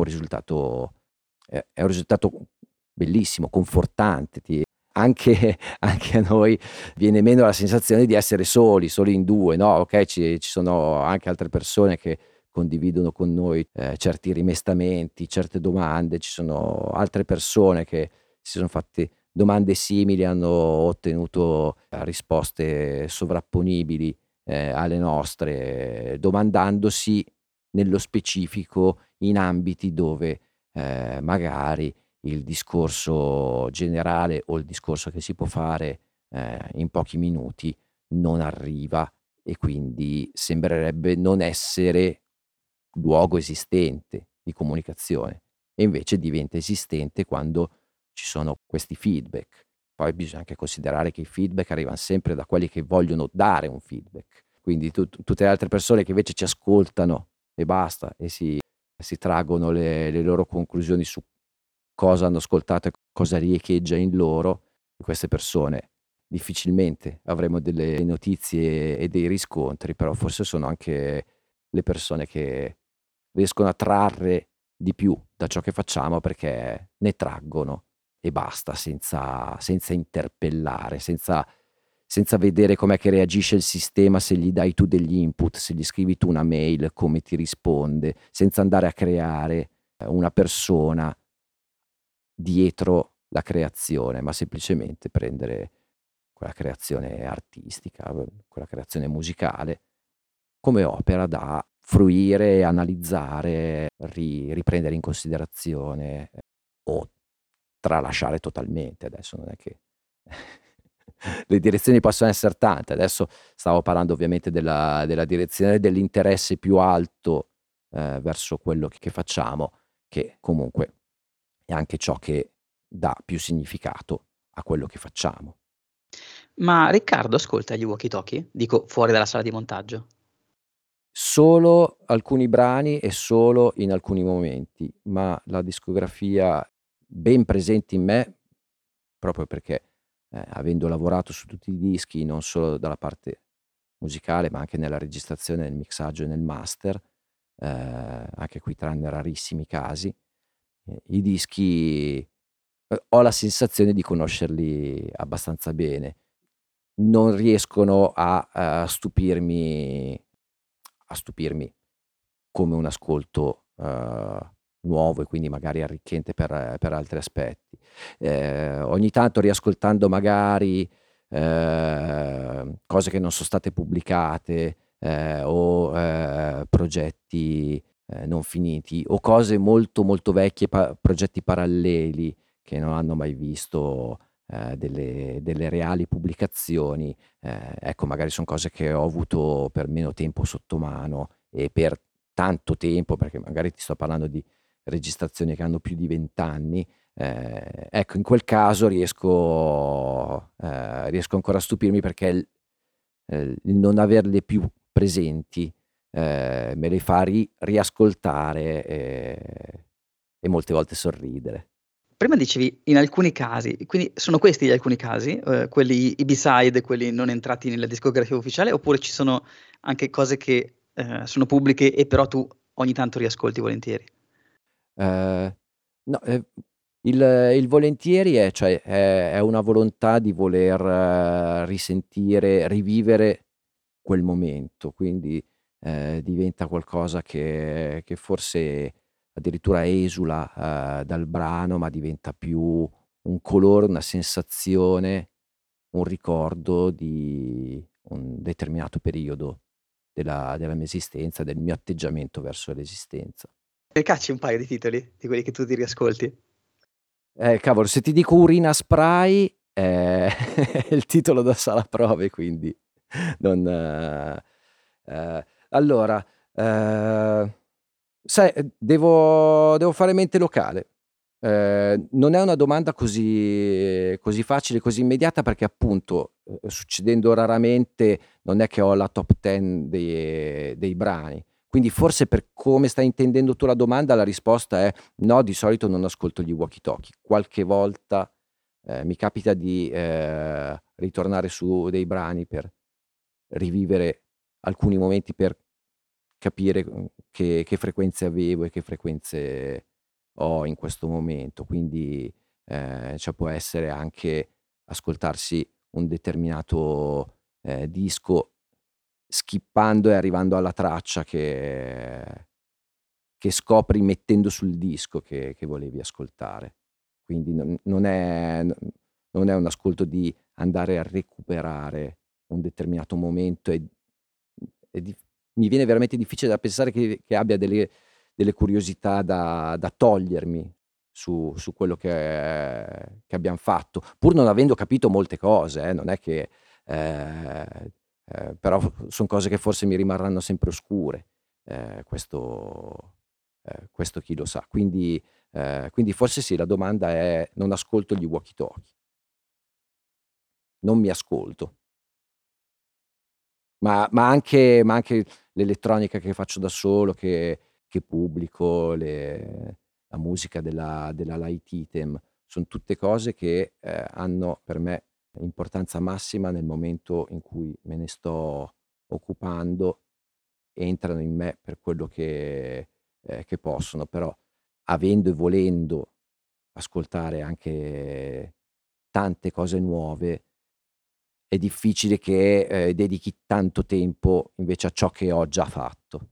è un risultato bellissimo, confortante. Anche, anche a noi viene meno la sensazione di essere soli in due, no? Ok, ci sono anche altre persone che condividono con noi certi rimestamenti, certe domande, ci sono altre persone che si sono fatte domande simili, hanno ottenuto risposte sovrapponibili alle nostre, domandandosi nello specifico in ambiti dove magari il discorso generale o il discorso che si può fare in pochi minuti non arriva e quindi sembrerebbe non essere luogo esistente di comunicazione e invece diventa esistente quando ci sono questi feedback. Poi bisogna anche considerare che i feedback arrivano sempre da quelli che vogliono dare un feedback, quindi tutte le altre persone che invece ci ascoltano e basta e si traggono le loro conclusioni su cosa hanno ascoltato e cosa riecheggia in loro, di queste persone difficilmente avremo delle notizie e dei riscontri, però forse sono anche le persone che riescono a trarre di più da ciò che facciamo perché ne traggono e basta, senza interpellare, senza vedere com'è che reagisce il sistema se gli dai tu degli input, se gli scrivi tu una mail, come ti risponde, senza andare a creare una persona dietro la creazione, ma semplicemente prendere quella creazione artistica, quella creazione musicale come opera da fruire, analizzare, riprendere in considerazione o tralasciare totalmente. Adesso non è che le direzioni possono essere tante. Adesso stavo parlando ovviamente della direzione dell'interesse più alto verso quello che facciamo, che comunque è anche ciò che dà più significato a quello che facciamo. Ma Riccardo ascolta gli walkie talkie? Dico fuori dalla sala di montaggio. Solo alcuni brani e solo in alcuni momenti, ma la discografia ben presente in me, proprio perché, avendo lavorato su tutti i dischi, non solo dalla parte musicale, ma anche nella registrazione, nel mixaggio e nel master, anche qui tranne rarissimi casi, i dischi, ho la sensazione di conoscerli abbastanza bene. Non riescono a stupirmi come un ascolto, nuovo e quindi magari arricchente per altri aspetti. Ogni tanto riascoltando magari, cose che non so state pubblicate, o, progetti, non finiti o cose molto, molto vecchie, progetti paralleli che non hanno mai visto, delle reali pubblicazioni, ecco magari son cose che ho avuto per meno tempo sotto mano e per tanto tempo, perché magari ti sto parlando di registrazioni che hanno più di 20 anni, ecco in quel caso riesco ancora a stupirmi perché il non averle più presenti, me le fa riascoltare e molte volte sorridere. Prima dicevi in alcuni casi, quindi sono questi gli alcuni casi, quelli i B-side, quelli non entrati nella discografia ufficiale, oppure ci sono anche cose che, sono pubbliche e però tu ogni tanto riascolti volentieri? Ehm, no, il volentieri è una volontà di voler risentire, rivivere quel momento, quindi, diventa qualcosa che forse addirittura esula, dal brano, ma diventa più un colore, una sensazione, un ricordo di un determinato periodo della mia esistenza, del mio atteggiamento verso l'esistenza. Ne cacci un paio di titoli, di quelli che tu ti riascolti? Cavolo, se ti dico Urina Spray, è il titolo da sala prove, quindi non allora, ehm, sai, devo fare mente locale. Non è una domanda così facile, così immediata perché appunto, succedendo raramente, non è che ho la top 10 dei brani. Quindi forse per come stai intendendo tu la domanda, la risposta è: no, di solito non ascolto gli walkie talkie. Qualche volta, mi capita di, ritornare su dei brani per rivivere alcuni momenti, per capire, che frequenze avevo e che frequenze ho in questo momento. Quindi, cioè può essere anche ascoltarsi un determinato, disco skippando e arrivando alla traccia che scopri mettendo sul disco che volevi ascoltare. Quindi non è un ascolto di andare a recuperare un determinato momento e mi viene veramente difficile da pensare che abbia delle curiosità da togliermi su quello che abbiam fatto, pur non avendo capito molte cose, non è che ehm, però son cose che forse mi rimarranno sempre oscure, questo chi lo sa. Quindi forse sì, la domanda è: non ascolto gli walkie talkie, non mi ascolto. Ma anche l'elettronica che faccio da solo, che pubblico, la musica della Light Item, son tutte cose che, hanno per me importanza massima nel momento in cui me ne sto occupando, entrano in me per quello che possono, però avendo e volendo ascoltare anche tante cose nuove, è difficile che, dedichi tanto tempo invece a ciò che ho già fatto.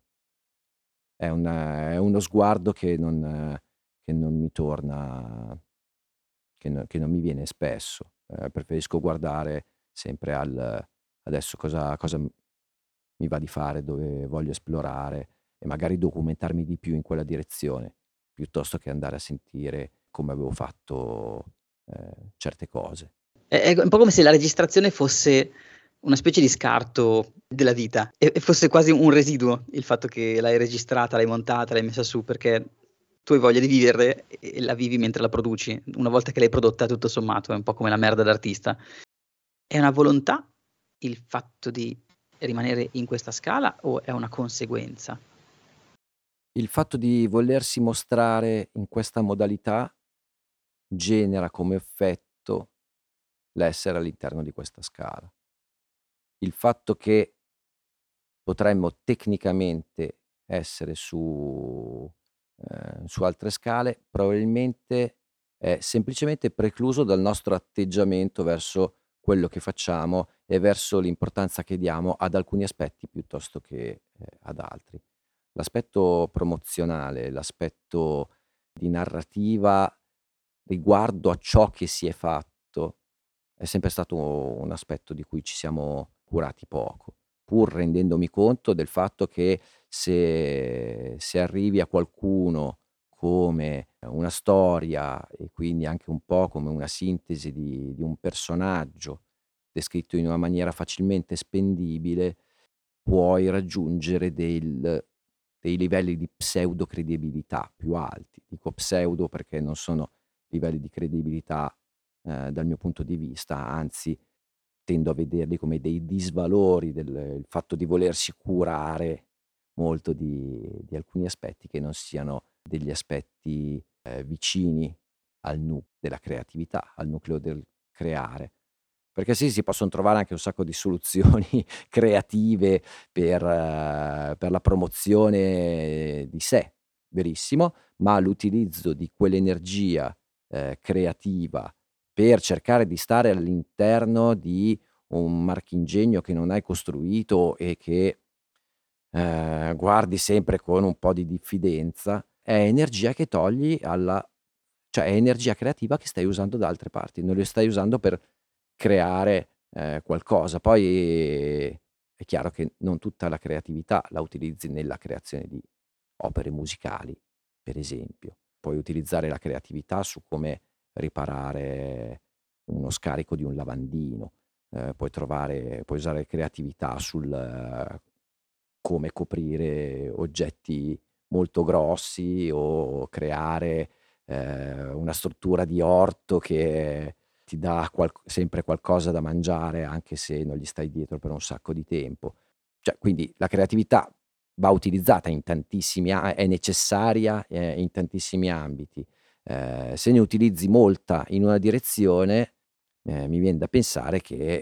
È uno sguardo che non mi torna, che non mi viene spesso. Preferisco guardare sempre al adesso cosa mi va di fare, dove voglio esplorare e magari documentarmi di più in quella direzione, piuttosto che andare a sentire come avevo fatto, certe cose. È un po' come se la registrazione fosse una specie di scarto della vita e fosse quasi un residuo il fatto che l'hai registrata, l'hai montata, l'hai messa su, perché tu hai voglia di viverle e la vivi mentre la produci. Una volta che l'hai prodotta, tutto sommato, è un po' come la merda d'artista. È una volontà il fatto di rimanere in questa scala o è una conseguenza? Il fatto di volersi mostrare in questa modalità genera come effetto l'essere all'interno di questa scala. Il fatto che potremmo tecnicamente essere su altre scale, probabilmente è semplicemente precluso dal nostro atteggiamento verso quello che facciamo e verso l'importanza che diamo ad alcuni aspetti piuttosto che, ad altri. L'aspetto promozionale, l'aspetto di narrativa riguardo a ciò che si è fatto, è sempre stato un aspetto di cui ci siamo curati poco, pur rendendomi conto del fatto che se arrivi a qualcuno come una storia e quindi anche un po' come una sintesi di un personaggio descritto in una maniera facilmente spendibile, puoi raggiungere dei livelli di pseudo credibilità più alti. Dico pseudo perché non sono livelli di credibilità, dal mio punto di vista, anzi tendo a vederli come dei disvalori del il fatto di volersi curare molto di alcuni aspetti che non siano degli aspetti vicini al della creatività, al nucleo del creare. Perché sì, si possono trovare anche un sacco di soluzioni creative per la promozione di sé, verissimo, ma l'utilizzo di quell'energia creativa per cercare di stare all'interno di un marchingegno che non hai costruito e che guardi sempre con un po' di diffidenza, è energia che togli alla cioè è energia creativa che stai usando da altre parti, non le stai usando per creare, qualcosa. Poi è chiaro che non tutta la creatività la utilizzi nella creazione di opere musicali, per esempio. Puoi utilizzare la creatività su come riparare uno scarico di un lavandino, puoi usare creatività sul come coprire oggetti molto grossi o creare, una struttura di orto che ti dà sempre qualcosa da mangiare, anche se non gli stai dietro per un sacco di tempo. Cioè, quindi la creatività va utilizzata in tantissimi è necessaria, in tantissimi ambiti. Se ne utilizzi molta in una direzione, mi vien da pensare che,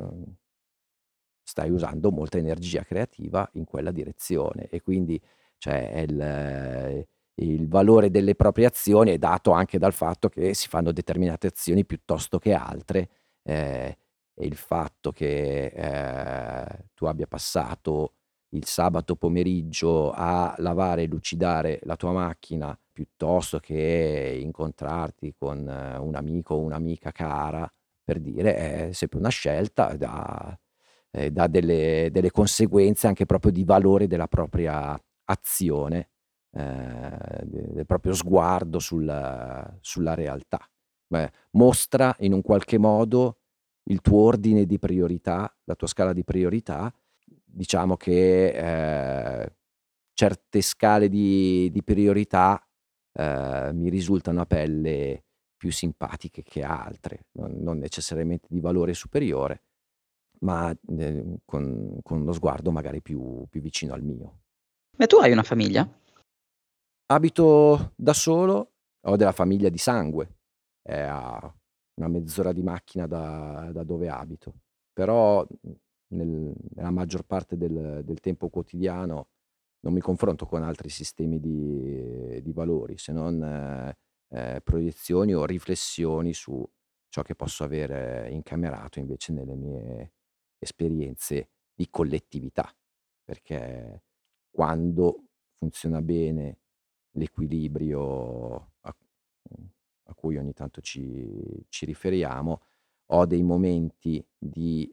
stai usando molta energia creativa in quella direzione e quindi, cioè, è il valore delle proprie azioni è dato anche dal fatto che si fanno determinate azioni piuttosto che altre, e il fatto che, tu abbia passato il sabato pomeriggio a lavare e lucidare la tua macchina, piuttosto che incontrarti con un amico o un'amica cara, per dire, è sempre una scelta dà delle conseguenze anche proprio di valore della propria azione, del proprio sguardo sulla realtà. Mostra in un qualche modo il tuo ordine di priorità, la tua scala di priorità. Diciamo che, certe scale di priorità, mi risultano a pelle più simpatiche che altre, non necessariamente di valore superiore, ma, con uno sguardo magari più vicino al mio. Ma tu hai una famiglia? Abito da solo, ho della famiglia di sangue, è a una mezz'ora di macchina da dove abito, però, nella maggior parte del tempo quotidiano non mi confronto con altri sistemi di valori, se non, proiezioni o riflessioni su ciò che posso avere incamerato invece nelle mie esperienze di collettività, perché quando funziona bene l'equilibrio a cui ogni tanto ci riferiamo, ho dei momenti di,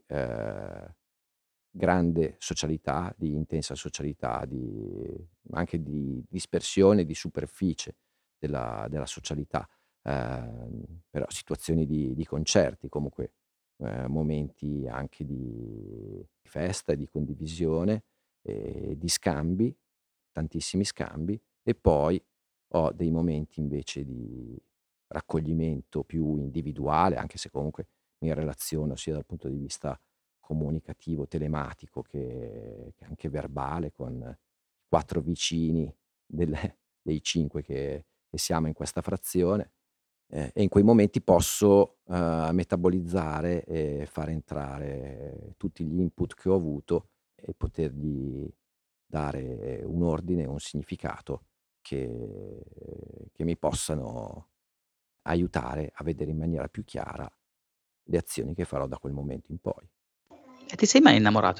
grande socialità, di intensa socialità, ma anche di dispersione, di superficie della socialità, però situazioni di concerti, comunque, momenti anche di festa e di condivisione, di scambi, tantissimi scambi, e poi ho dei momenti invece di raccoglimento più individuale, anche se comunque mi relaziono sia dal punto di vista comunicativo, telematico che anche verbale con i 4 vicini del dei 5 che siamo in questa frazione, e in quei momenti posso, metabolizzare e fare entrare tutti gli input che ho avuto e potergli dare un ordine e un significato che mi possano aiutare a vedere in maniera più chiara le azioni che farò da quel momento in poi. E ti sei mai innamorato?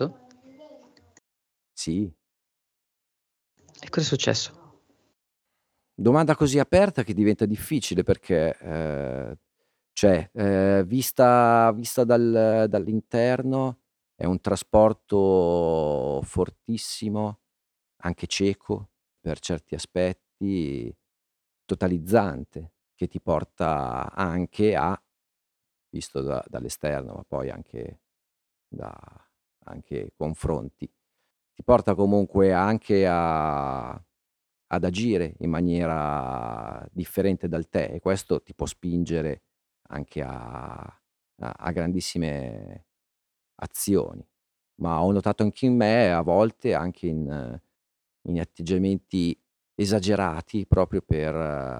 Sì. E cosa è successo? Domanda così aperta che diventa difficile perché, cioè, vista dall'interno è un trasporto fortissimo, anche cieco per certi aspetti, totalizzante, che ti porta anche a visto dall'esterno, ma poi anche da anche confronti, ti porta comunque anche ad agire in maniera differente dal te e questo ti può spingere anche a grandissime azioni. Ma ho notato anche in me a volte, anche in atteggiamenti esagerati proprio per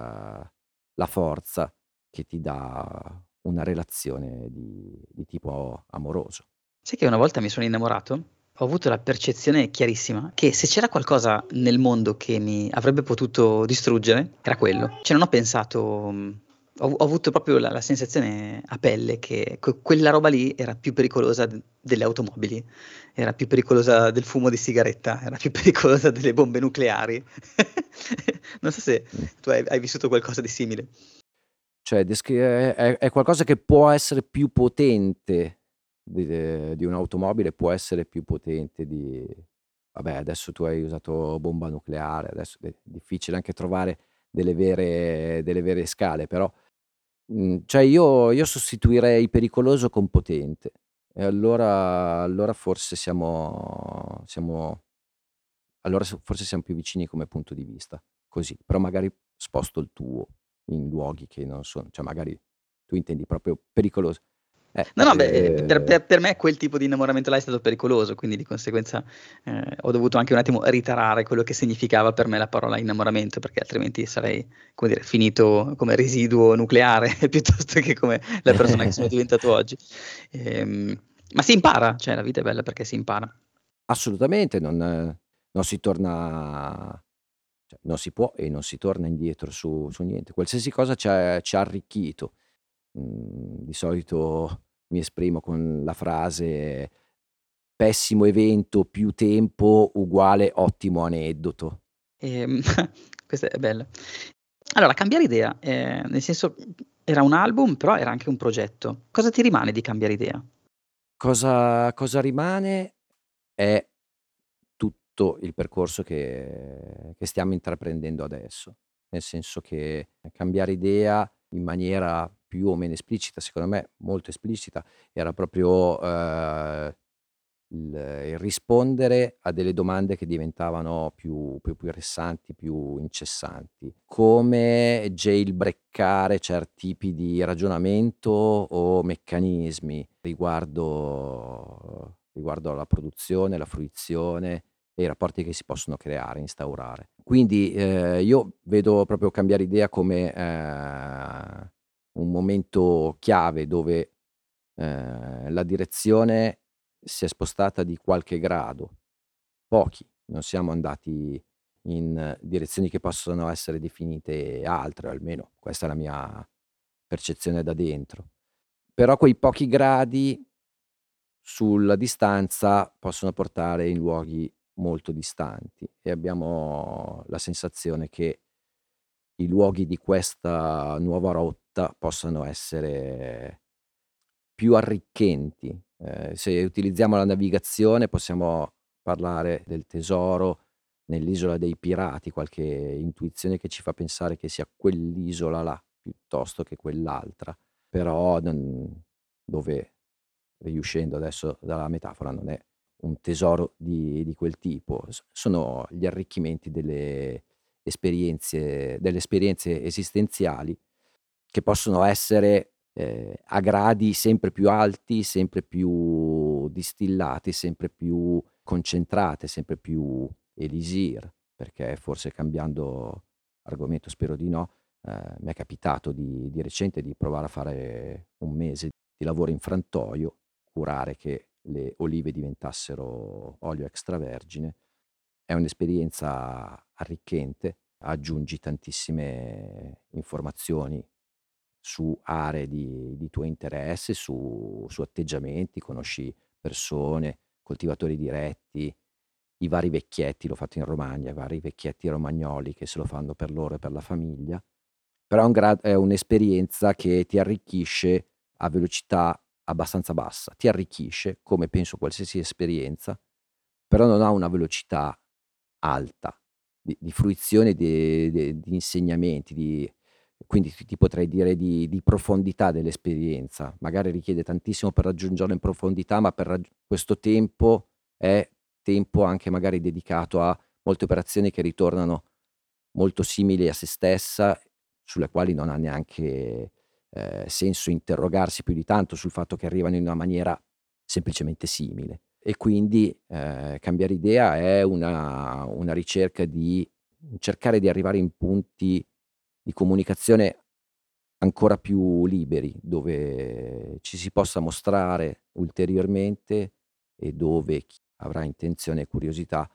la forza che ti dà una relazione di tipo amoroso. Sai che una volta mi sono innamorato? Ho avuto la percezione chiarissima che se c'era qualcosa nel mondo che mi avrebbe potuto distruggere, era quello. Cioè non ho pensato, ho avuto proprio la sensazione a pelle che quella roba lì era più pericolosa delle automobili, era più pericolosa del fumo di sigaretta, era più pericolosa delle bombe nucleari. Non so se Mh. tu hai vissuto qualcosa di simile. Cioè è qualcosa che può essere più potente di un'automobile, può essere più potente di vabbè, adesso tu hai usato bomba nucleare, adesso è difficile anche trovare delle vere scale, però, cioè io sostituirei pericoloso con potente e allora forse siamo allora forse siamo più vicini come punto di vista, così. Però magari sposto il tuo in luoghi che non sono cioè magari tu intendi proprio pericoloso. No, no, beh, per me quel tipo di innamoramento là è stato pericoloso, quindi di conseguenza, ho dovuto anche un attimo ritarare quello che significava per me la parola innamoramento, perché altrimenti sarei, come dire, finito come residuo nucleare piuttosto che come la persona che sono diventato oggi. Ma si impara, cioè la vita è bella perché si impara. Assolutamente, non si torna cioè non si può e non si torna indietro su niente. Qualsiasi cosa ci ha arricchito. Di solito mi esprimo con la frase: "Pessimo evento più tempo uguale ottimo aneddoto". Ehm, questa è bella. Allora, cambiare idea, nel senso, era un album, però era anche un progetto. Cosa ti rimane di cambiare idea? Cosa rimane è tutto il percorso che stiamo intraprendendo adesso. Nel senso che cambiare idea in maniera più o meno esplicita, secondo me molto esplicita, era proprio, il rispondere a delle domande che diventavano più pressanti, più incessanti. Come jailbreakare certi tipi di ragionamento o meccanismi riguardo alla produzione, la fruizione e i rapporti che si possono creare, instaurare. Quindi, io vedo proprio cambiare idea come, un momento chiave dove, la direzione si è spostata di qualche grado, pochi, non siamo andati in direzioni che possono essere definite altre, o almeno questa è la mia percezione da dentro. Però quei pochi gradi sulla distanza possono portare in luoghi molto distanti e abbiamo la sensazione che i luoghi di questa nuova rotta possano essere più arricchenti. Se utilizziamo la navigazione possiamo parlare del tesoro nell'isola dei pirati, qualche intuizione che ci fa pensare che sia quell'isola là piuttosto che quell'altra, però non dove riuscendo adesso dalla metafora, non è un tesoro di quel tipo, sono gli arricchimenti delle esperienze esistenziali che possono essere, a gradi sempre più alti, sempre più distillati, sempre più concentrate, sempre più elisir, perché forse cambiando argomento, spero di no, mi è capitato di recente di provare a fare 1 mese di lavoro in frantoio, curare che le olive diventassero olio extravergine. È un'esperienza arricchente, aggiungi tantissime informazioni su aree di tuo interesse, su atteggiamenti, conosci persone, coltivatori diretti, i vari vecchietti, l'ho fatto in Romagna, i vari vecchietti romagnoli che se lo fanno per loro e per la famiglia, però è un'esperienza che ti arricchisce a velocità abbastanza bassa, ti arricchisce come penso qualsiasi esperienza, però non ha una velocità alta di fruizione di insegnamenti, quindi ti potrei dire di profondità dell'esperienza. Magari richiede tantissimo per raggiungerlo in profondità, ma per questo tempo è tempo anche magari dedicato a molte operazioni che ritornano molto simili a se stessa, sulle quali non ha neanche, senso interrogarsi più di tanto sul fatto che arrivano in una maniera semplicemente simile. E quindi, cambiare idea è una ricerca di cercare di arrivare in punti di comunicazione ancora più liberi, dove ci si possa mostrare ulteriormente e dove chi avrà intenzione e curiosità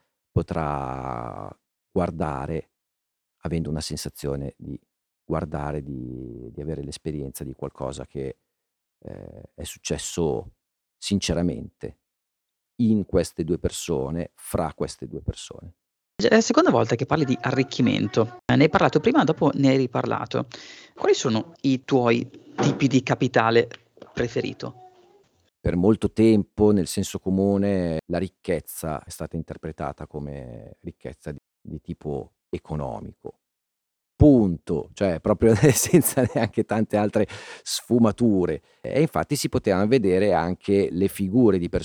potrà guardare avendo una sensazione di guardare, di avere l'esperienza di qualcosa che, è successo sinceramente in queste 2 persone, fra queste 2 persone. È la seconda volta che parli di arricchimento. Ne hai parlato prima, dopo ne hai riparlato. Quali sono i tuoi tipi di capitale preferito? Per molto tempo nel senso comune la ricchezza è stata interpretata come ricchezza di tipo economico. Punto, cioè proprio senza neanche tante altre sfumature. E infatti si potevano vedere anche le figure di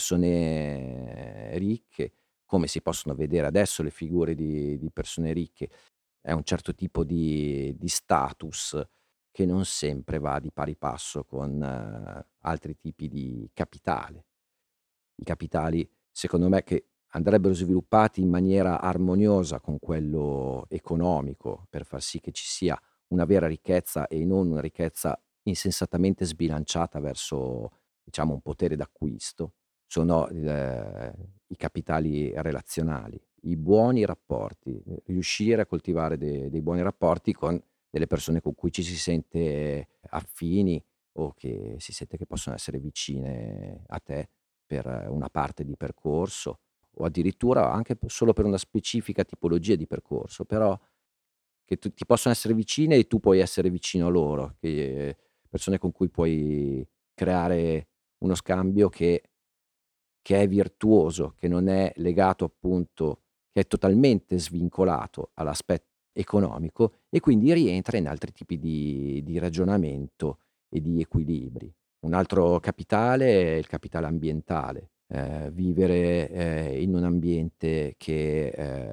persone ricche, come si possono vedere adesso le figure di persone ricche. È un certo tipo di status che non sempre va di pari passo con altri tipi di capitale. I capitali, secondo me, che andrebbero sviluppati in maniera armoniosa con quello economico, per far sì che ci sia una vera ricchezza e non una ricchezza insensatamente sbilanciata verso, diciamo, un potere d'acquisto, sono i capitali relazionali, i buoni rapporti, riuscire a coltivare dei buoni rapporti con delle persone con cui ci si sente affini o che si sente che possono essere vicine a te per una parte di percorso o addirittura anche solo per una specifica tipologia di percorso, però che ti possono essere vicine e tu puoi essere vicino a loro, che persone con cui puoi creare uno scambio che è virtuoso, che non è legato appunto, che è totalmente svincolato all'aspetto economico e quindi rientra in altri tipi di ragionamento e di equilibri. Un altro capitale è il capitale ambientale, vivere, in un ambiente che,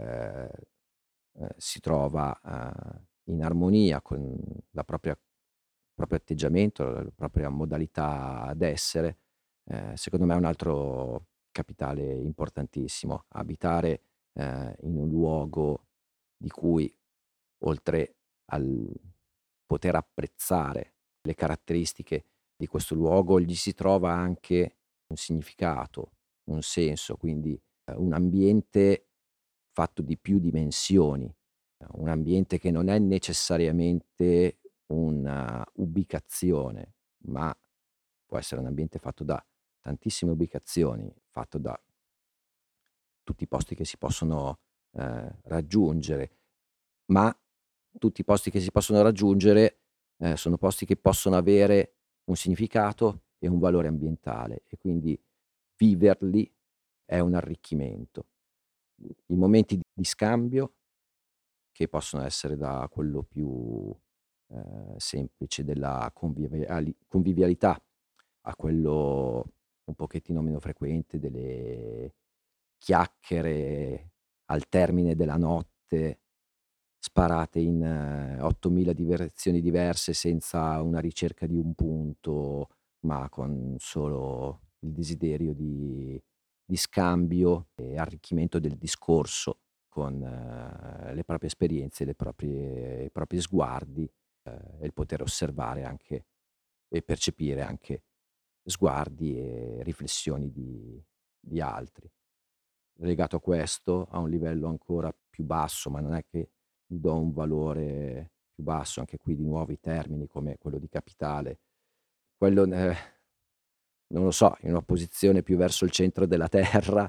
si trova, in armonia con la proprio atteggiamento, la propria modalità d'essere, secondo me è un altro capitale importantissimo. Abitare, in un luogo di cui oltre al poter apprezzare le caratteristiche di questo luogo, gli si trova anche un significato, un senso, quindi, un ambiente fatto di più dimensioni, un ambiente che non è necessariamente una ubicazione, ma può essere un ambiente fatto da tantissime ubicazioni, fatto da tutti i posti che si possono, raggiungere, ma tutti i posti che si possono raggiungere, sono posti che possono avere un significato e un valore ambientale e quindi viverli è un arricchimento. I momenti di scambio che possono essere da quello più, semplice della convivialità a quello un pochettino meno frequente delle chiacchiere al termine della notte, sparate in 8000 direzioni diverse senza una ricerca di un punto, ma con solo il desiderio di scambio e arricchimento del discorso con le proprie esperienze, i propri sguardi, e il poter osservare anche e percepire anche sguardi e riflessioni di altri. Legato a questo, a un livello ancora più basso, ma non è che gli do un valore più basso, anche qui di nuovo i termini come quello di capitale, quello non lo so, in una posizione più verso il centro della terra,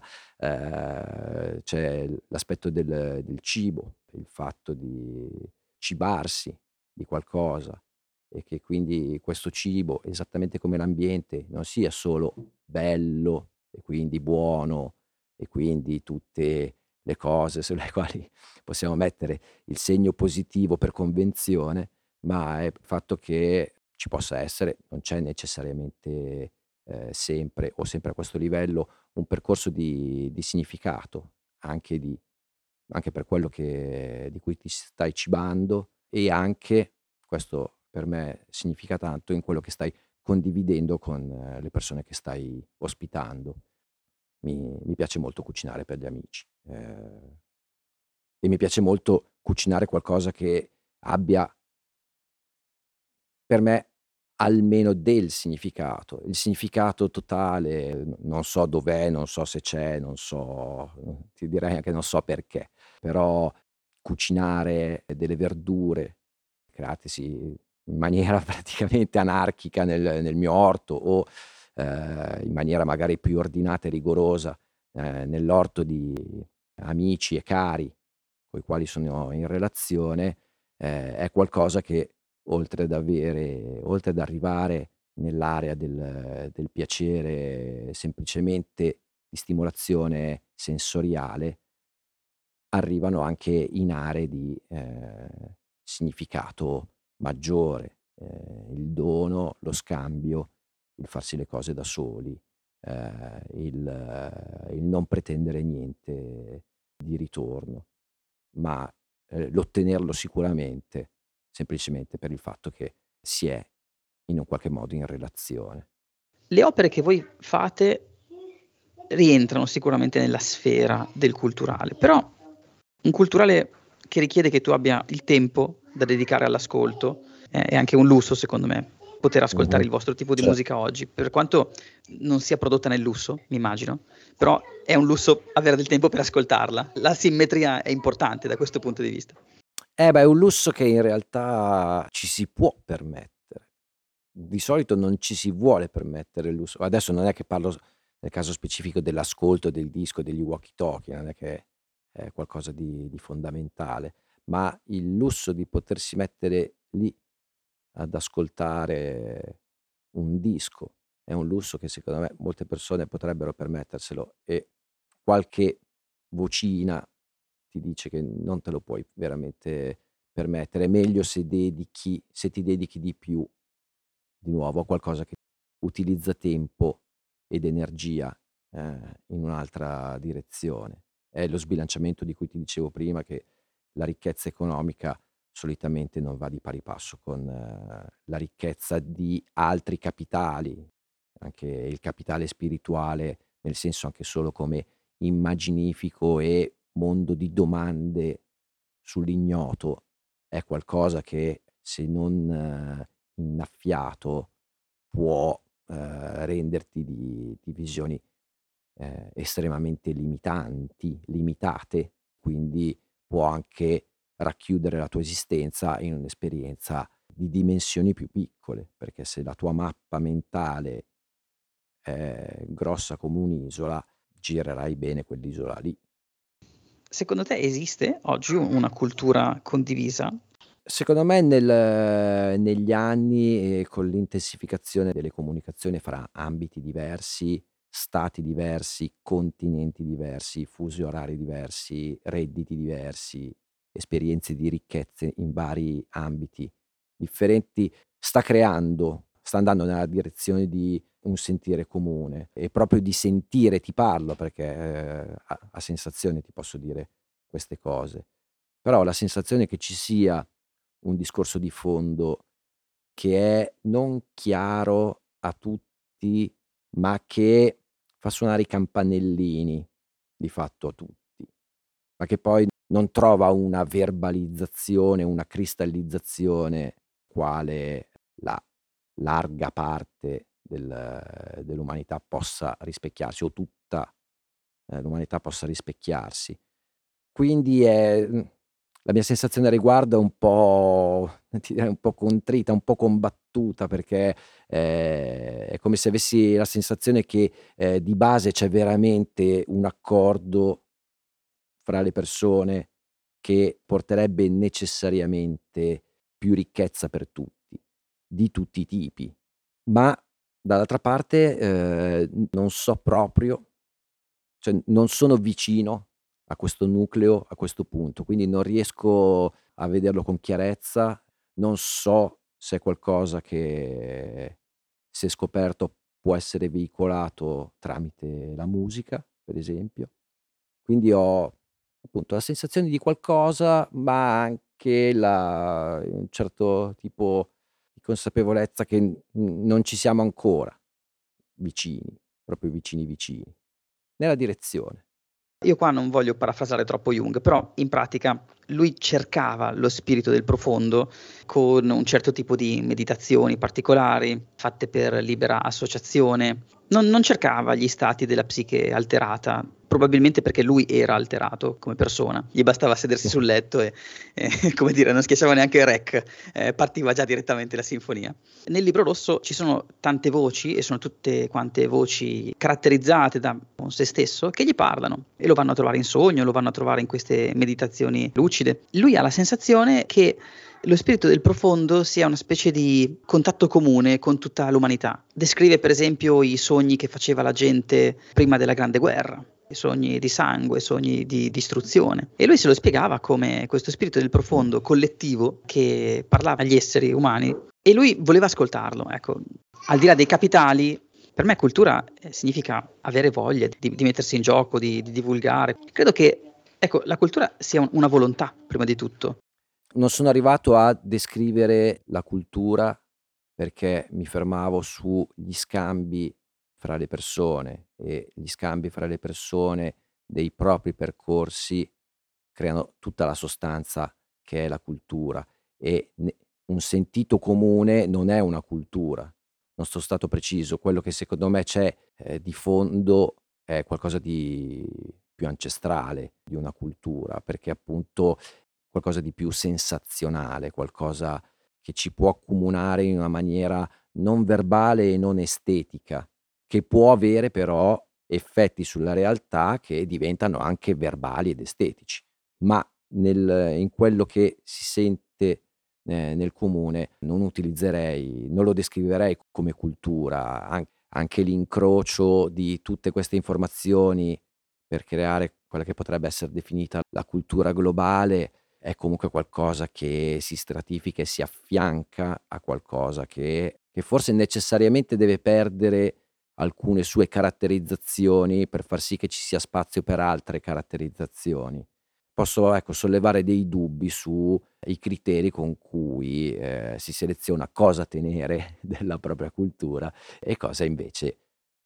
c'è l'aspetto del cibo, il fatto di cibarsi di qualcosa e che quindi questo cibo, esattamente come l'ambiente, non sia solo bello e quindi buono e quindi tutte le cose sulle quali possiamo mettere il segno positivo per convenzione, ma è il fatto che ci possa essere, non c'è necessariamente sempre o sempre a questo livello, un percorso di significato, anche di anche per quello che di cui ti stai cibando e anche, questo per me significa tanto, in quello che stai condividendo con le persone che stai ospitando. mi piace molto cucinare per gli amici, e mi piace molto cucinare qualcosa che abbia per me almeno del significato. Il significato totale non so dov'è, non so se c'è, non so, ti direi anche non so perché, però cucinare delle verdure createsi in maniera praticamente anarchica nel mio orto o, in maniera magari più ordinata e rigorosa, nell'orto di amici e cari coi quali sono in relazione, è qualcosa che oltre ad arrivare nell'area del piacere semplicemente di stimolazione sensoriale, arrivano anche in aree di, significato maggiore, il dono, lo scambio, il farsi le cose da soli, il non pretendere niente di ritorno, ma, l'ottenerlo sicuramente, semplicemente per il fatto che si è in un qualche modo in relazione. Le opere che voi fate rientrano sicuramente nella sfera del culturale, però un culturale che richiede che tu abbia il tempo da dedicare all'ascolto è anche un lusso secondo me, poter ascoltare Mh-mh. il vostro tipo di Cer musica oggi, per quanto non sia prodotta nel lusso, mi immagino, però è un lusso avere del tempo per ascoltarla. La simmetria è importante da questo punto di vista. beh, è un lusso che in realtà ci si può permettere. Di solito non ci si vuole permettere il lusso. Adesso non è che parlo nel caso specifico dell'ascolto del disco, degli walkie talkie, non è che è qualcosa di fondamentale, ma il lusso di potersi mettere lì ad ascoltare un disco è un lusso che secondo me molte persone potrebbero permetterselo e qualche vocina ti dice che non te lo puoi veramente permettere. È meglio se ti dedichi di più di nuovo a qualcosa che utilizza tempo ed energia, in un'altra direzione. È lo sbilanciamento di cui ti dicevo prima, che la ricchezza economica solitamente non va di pari passo con la ricchezza di altri capitali, anche il capitale spirituale, nel senso anche solo come immaginifico e mondo di domande sull'ignoto, è qualcosa che se non innaffiato può, renderti di visioni, estremamente limitate, quindi può anche racchiudere la tua esistenza in un'esperienza di dimensioni più piccole, perché se la tua mappa mentale è grossa come un'isola, girerai bene quell'isola lì. Secondo te esiste oggi una cultura condivisa? Secondo me negli anni e con l'intensificazione delle comunicazioni fra ambiti diversi, stati diversi, continenti diversi, fusi orari diversi, redditi diversi, esperienze di ricchezze in vari ambiti differenti, sta andando nella direzione di un sentire comune e proprio di sentire ti parlo perché, a sensazione ti posso dire queste cose, però ho la sensazione che ci sia un discorso di fondo che è non chiaro a tutti, ma che fa suonare i campanellini di fatto a tutti, ma che poi non trova una verbalizzazione, una cristallizzazione quale la larga parte dell'umanità possa rispecchiarsi o tutta, l'umanità possa rispecchiarsi. Quindi la mia sensazione a riguardo è un po' ti direi un po' contrita, un po' combattuta perché, è come se avessi la sensazione che, di base c'è veramente un accordo fra le persone che porterebbe necessariamente più ricchezza per tutti, di tutti i tipi. Ma dall'altra parte, non so proprio, cioè non sono vicino a questo nucleo a questo punto, quindi non riesco a vederlo con chiarezza, non so se è qualcosa che, se scoperto, può essere veicolato tramite la musica, per esempio. Quindi ho appunto la sensazione di qualcosa, ma anche un certo tipo di consapevolezza che non ci siamo ancora vicini, proprio vicini vicini. nella direzione. Io qua non voglio parafrasare troppo Jung, però in pratica lui cercava lo spirito del profondo con un certo tipo di meditazioni particolari, fatte per libera associazione. Non cercava gli stati della psiche alterata, probabilmente perché lui era alterato come persona. Gli bastava sedersi sul letto e come dire, non schiacciava neanche rec, partiva già direttamente la sinfonia. Nel Libro Rosso ci sono tante voci e sono tutte quante voci caratterizzate da se stesso che gli parlano e lo vanno a trovare in sogno, lo vanno a trovare in queste meditazioni lucide. Lui ha la sensazione che lo spirito del profondo sia una specie di contatto comune con tutta l'umanità. Descrive per esempio i sogni che faceva la gente prima della Grande Guerra, i sogni di sangue, sogni di distruzione. E lui se lo spiegava come questo spirito del profondo collettivo che parlava agli esseri umani e lui voleva ascoltarlo. Ecco, al di là dei capitali, per me cultura significa avere voglia di mettersi in gioco, di divulgare. Credo che ecco, la cultura sia una volontà, prima di tutto. Non sono arrivato a descrivere la cultura perché mi fermavo sugli scambi fra le persone e gli scambi fra le persone dei propri percorsi creano tutta la sostanza che è la cultura e un sentito comune non è una cultura. Non sono stato preciso, quello che secondo me c'è di fondo è qualcosa di più ancestrale di una cultura, perché appunto qualcosa di più sensazionale, qualcosa che ci può accomunare in una maniera non verbale e non estetica, che può avere però effetti sulla realtà che diventano anche verbali ed estetici. Ma in quello che si sente, nel comune non lo descriverei come cultura, anche l'incrocio di tutte queste informazioni per creare quella che potrebbe essere definita la cultura globale, è comunque qualcosa che si stratifica e si affianca a qualcosa che forse necessariamente deve perdere alcune sue caratterizzazioni per far sì che ci sia spazio per altre caratterizzazioni. Posso, ecco, sollevare dei dubbi sui criteri con cui, si seleziona cosa tenere della propria cultura e cosa invece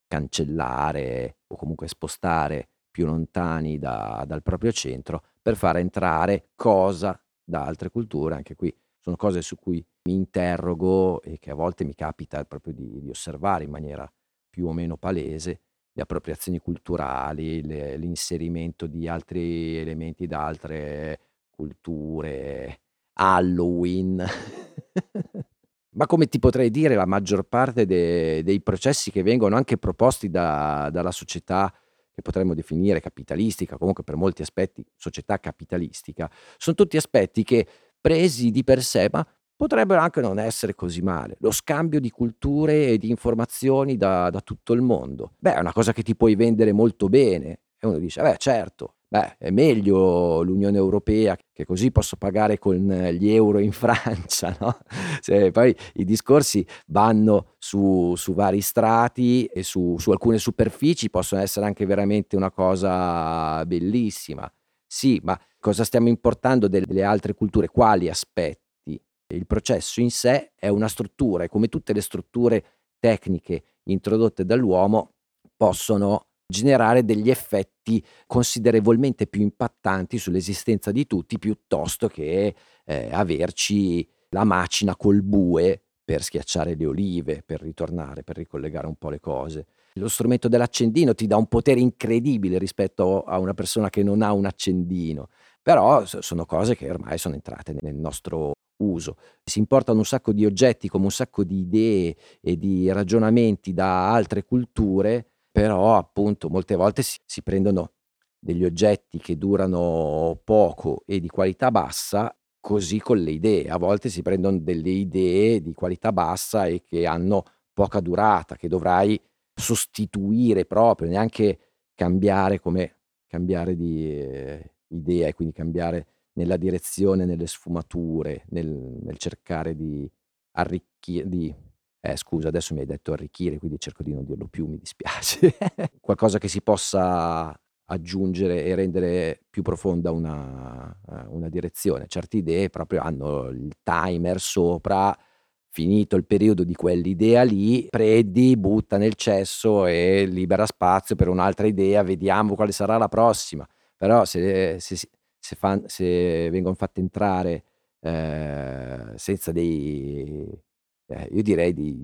cancellare o comunque spostare più lontani dal proprio centro per far entrare cosa da altre culture. Anche qui sono cose su cui mi interrogo e che a volte mi capita proprio di osservare in maniera più o meno palese, le appropriazioni culturali, l'inserimento di altri elementi da altre culture, Halloween. Ma come ti potrei dire, la maggior parte dei processi che vengono anche proposti dalla società che potremmo definire capitalistica, comunque per molti aspetti società capitalistica, son tutti aspetti che presi di per sé, ma potrebbero anche non essere così male. Lo scambio di culture e di informazioni da tutto il mondo. Beh, è una cosa che ti puoi vendere molto bene e uno dice: "Beh certo, beh è meglio l'Unione Europea che così posso pagare con gli euro in Francia", no, se poi i discorsi vanno su vari strati e su alcune superfici possono essere anche veramente una cosa bellissima. Sì, ma cosa stiamo importando delle altre culture? Quali aspetti? Il processo in sé è una struttura e come tutte le strutture tecniche introdotte dall'uomo possono generare degli effetti considerevolmente più impattanti sull'esistenza di tutti piuttosto che, averci la macina col bue per schiacciare le olive, per ricollegare un po' le cose. Lo strumento dell'accendino ti dà un potere incredibile rispetto a una persona che non ha un accendino, però sono cose che ormai sono entrate nel nostro uso. Si importano un sacco di oggetti, come un sacco di idee e di ragionamenti da altre culture, però appunto molte volte si prendono degli oggetti che durano poco e di qualità bassa, così con le idee. A volte si prendono delle idee di qualità bassa e che hanno poca durata, che dovrai sostituire proprio, neanche cambiare come cambiare di, idea e quindi cambiare nella direzione, nelle sfumature, nel cercare di scusa adesso mi hai detto arricchire, quindi cerco di non dirlo più, mi dispiace. Qualcosa che si possa aggiungere e rendere più profonda una direzione. Certe idee proprio hanno il timer sopra, finito il periodo di quell'idea lì, prendi, butta nel cesso e libera spazio per un'altra idea, vediamo quale sarà la prossima. Però se vengono fatte entrare senza dei, io direi di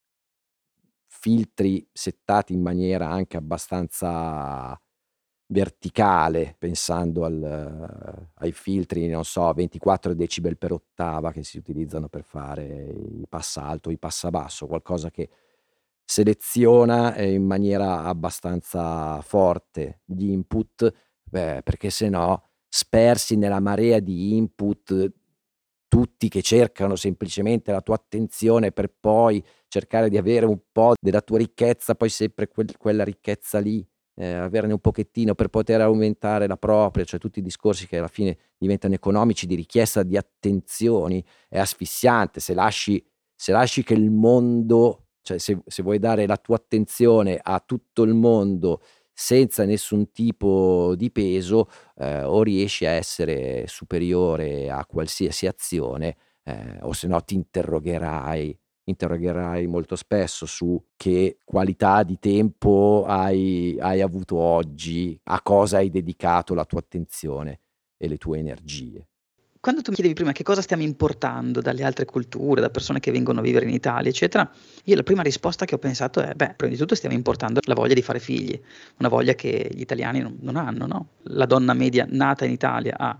filtri settati in maniera anche abbastanza verticale, pensando ai filtri, non so, 24 decibel per ottava che si utilizzano per fare i passa alto, i passa basso, qualcosa che seleziona in maniera abbastanza forte gli input, perché se no, spersi nella marea di input, tutti che cercano semplicemente la tua attenzione per poi cercare di avere un po' della tua ricchezza, poi sempre quella ricchezza lì, averne un pochettino per poter aumentare la propria, cioè tutti i discorsi che alla fine diventano economici di richiesta di attenzioni, è asfissiante. Se lasci che il mondo, cioè se vuoi dare la tua attenzione a tutto il mondo senza nessun tipo di peso, o riesci a essere superiore a qualsiasi azione, o se no ti interrogherai molto spesso su che qualità di tempo hai avuto oggi, a cosa hai dedicato la tua attenzione e le tue energie. Quando tu mi chiedevi prima che cosa stiamo importando dalle altre culture, da persone che vengono a vivere in Italia, eccetera, io la prima risposta che ho pensato è, prima di tutto stiamo importando la voglia di fare figli, una voglia che gli italiani non hanno, no? La donna media nata in Italia ha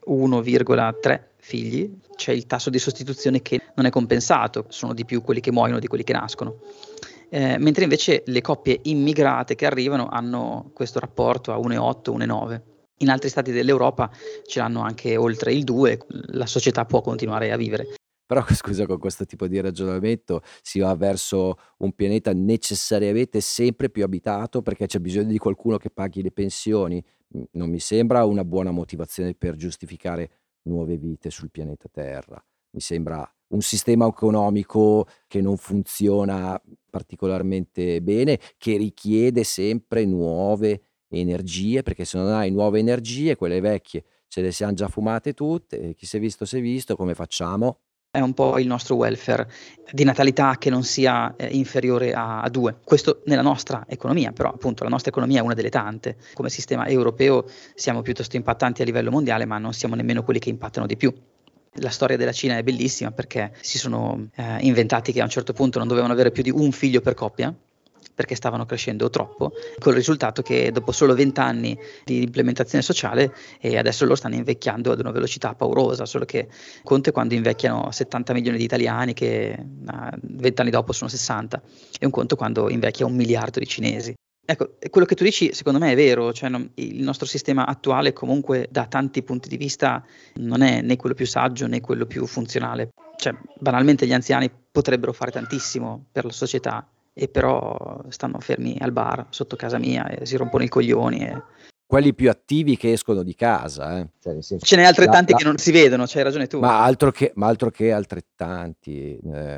1,3 figli, c'è il tasso di sostituzione che non è compensato, sono di più quelli che muoiono di quelli che nascono. Mentre invece le coppie immigrate che arrivano hanno questo rapporto a 1,8, 1,9. In altri stati dell'Europa ce l'hanno anche oltre il 2, la società può continuare a vivere. Però scusa, con questo tipo di ragionamento si va verso un pianeta necessariamente sempre più abitato perché c'è bisogno di qualcuno che paghi le pensioni. Non mi sembra una buona motivazione per giustificare nuove vite sul pianeta Terra. Mi sembra un sistema economico che non funziona particolarmente bene, che richiede sempre nuove energie, perché se non hai nuove energie, quelle vecchie ce le siamo già fumate tutte, e chi si è visto, come facciamo? È un po' il nostro welfare di natalità che non sia inferiore a 2. Questo nella nostra economia, però appunto la nostra economia è una delle tante. Come sistema europeo siamo piuttosto impattanti a livello mondiale, ma non siamo nemmeno quelli che impattano di più. La storia della Cina è bellissima perché si sono inventati che a un certo punto non dovevano avere più di un figlio per coppia, perché stavano crescendo troppo, con il risultato che dopo solo 20 anni di implementazione sociale adesso loro stanno invecchiando ad una velocità paurosa, solo che conta quando invecchiano 70 milioni di italiani che 20 anni dopo sono 60, e un conto quando invecchia 1 miliardo di cinesi. Ecco, quello che tu dici secondo me è vero, cioè il nostro sistema attuale comunque da tanti punti di vista non è né quello più saggio né quello più funzionale. Cioè, banalmente gli anziani potrebbero fare tantissimo per la società, e però stanno fermi al bar sotto casa mia e si rompono i coglioni. Quelli più attivi che escono di casa, cioè nel senso, Ce n'è altrettanti che non si vedono, c'hai ragione tu. ma altro che altrettanti.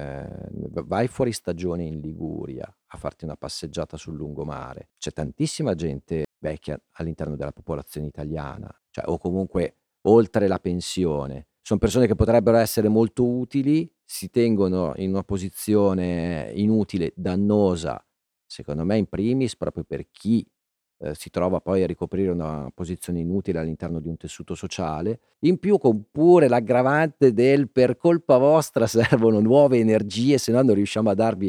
Vai fuori stagione in Liguria a farti una passeggiata sul lungomare. C'è tantissima gente vecchia all'interno della popolazione italiana, cioè, o comunque oltre la pensione. Sono persone che potrebbero essere molto utili, si tengono in una posizione inutile, dannosa, secondo me in primis proprio per chi si trova poi a ricoprire una posizione inutile all'interno di un tessuto sociale, in più con pure l'aggravante del per colpa vostra servono nuove energie, se no non riusciamo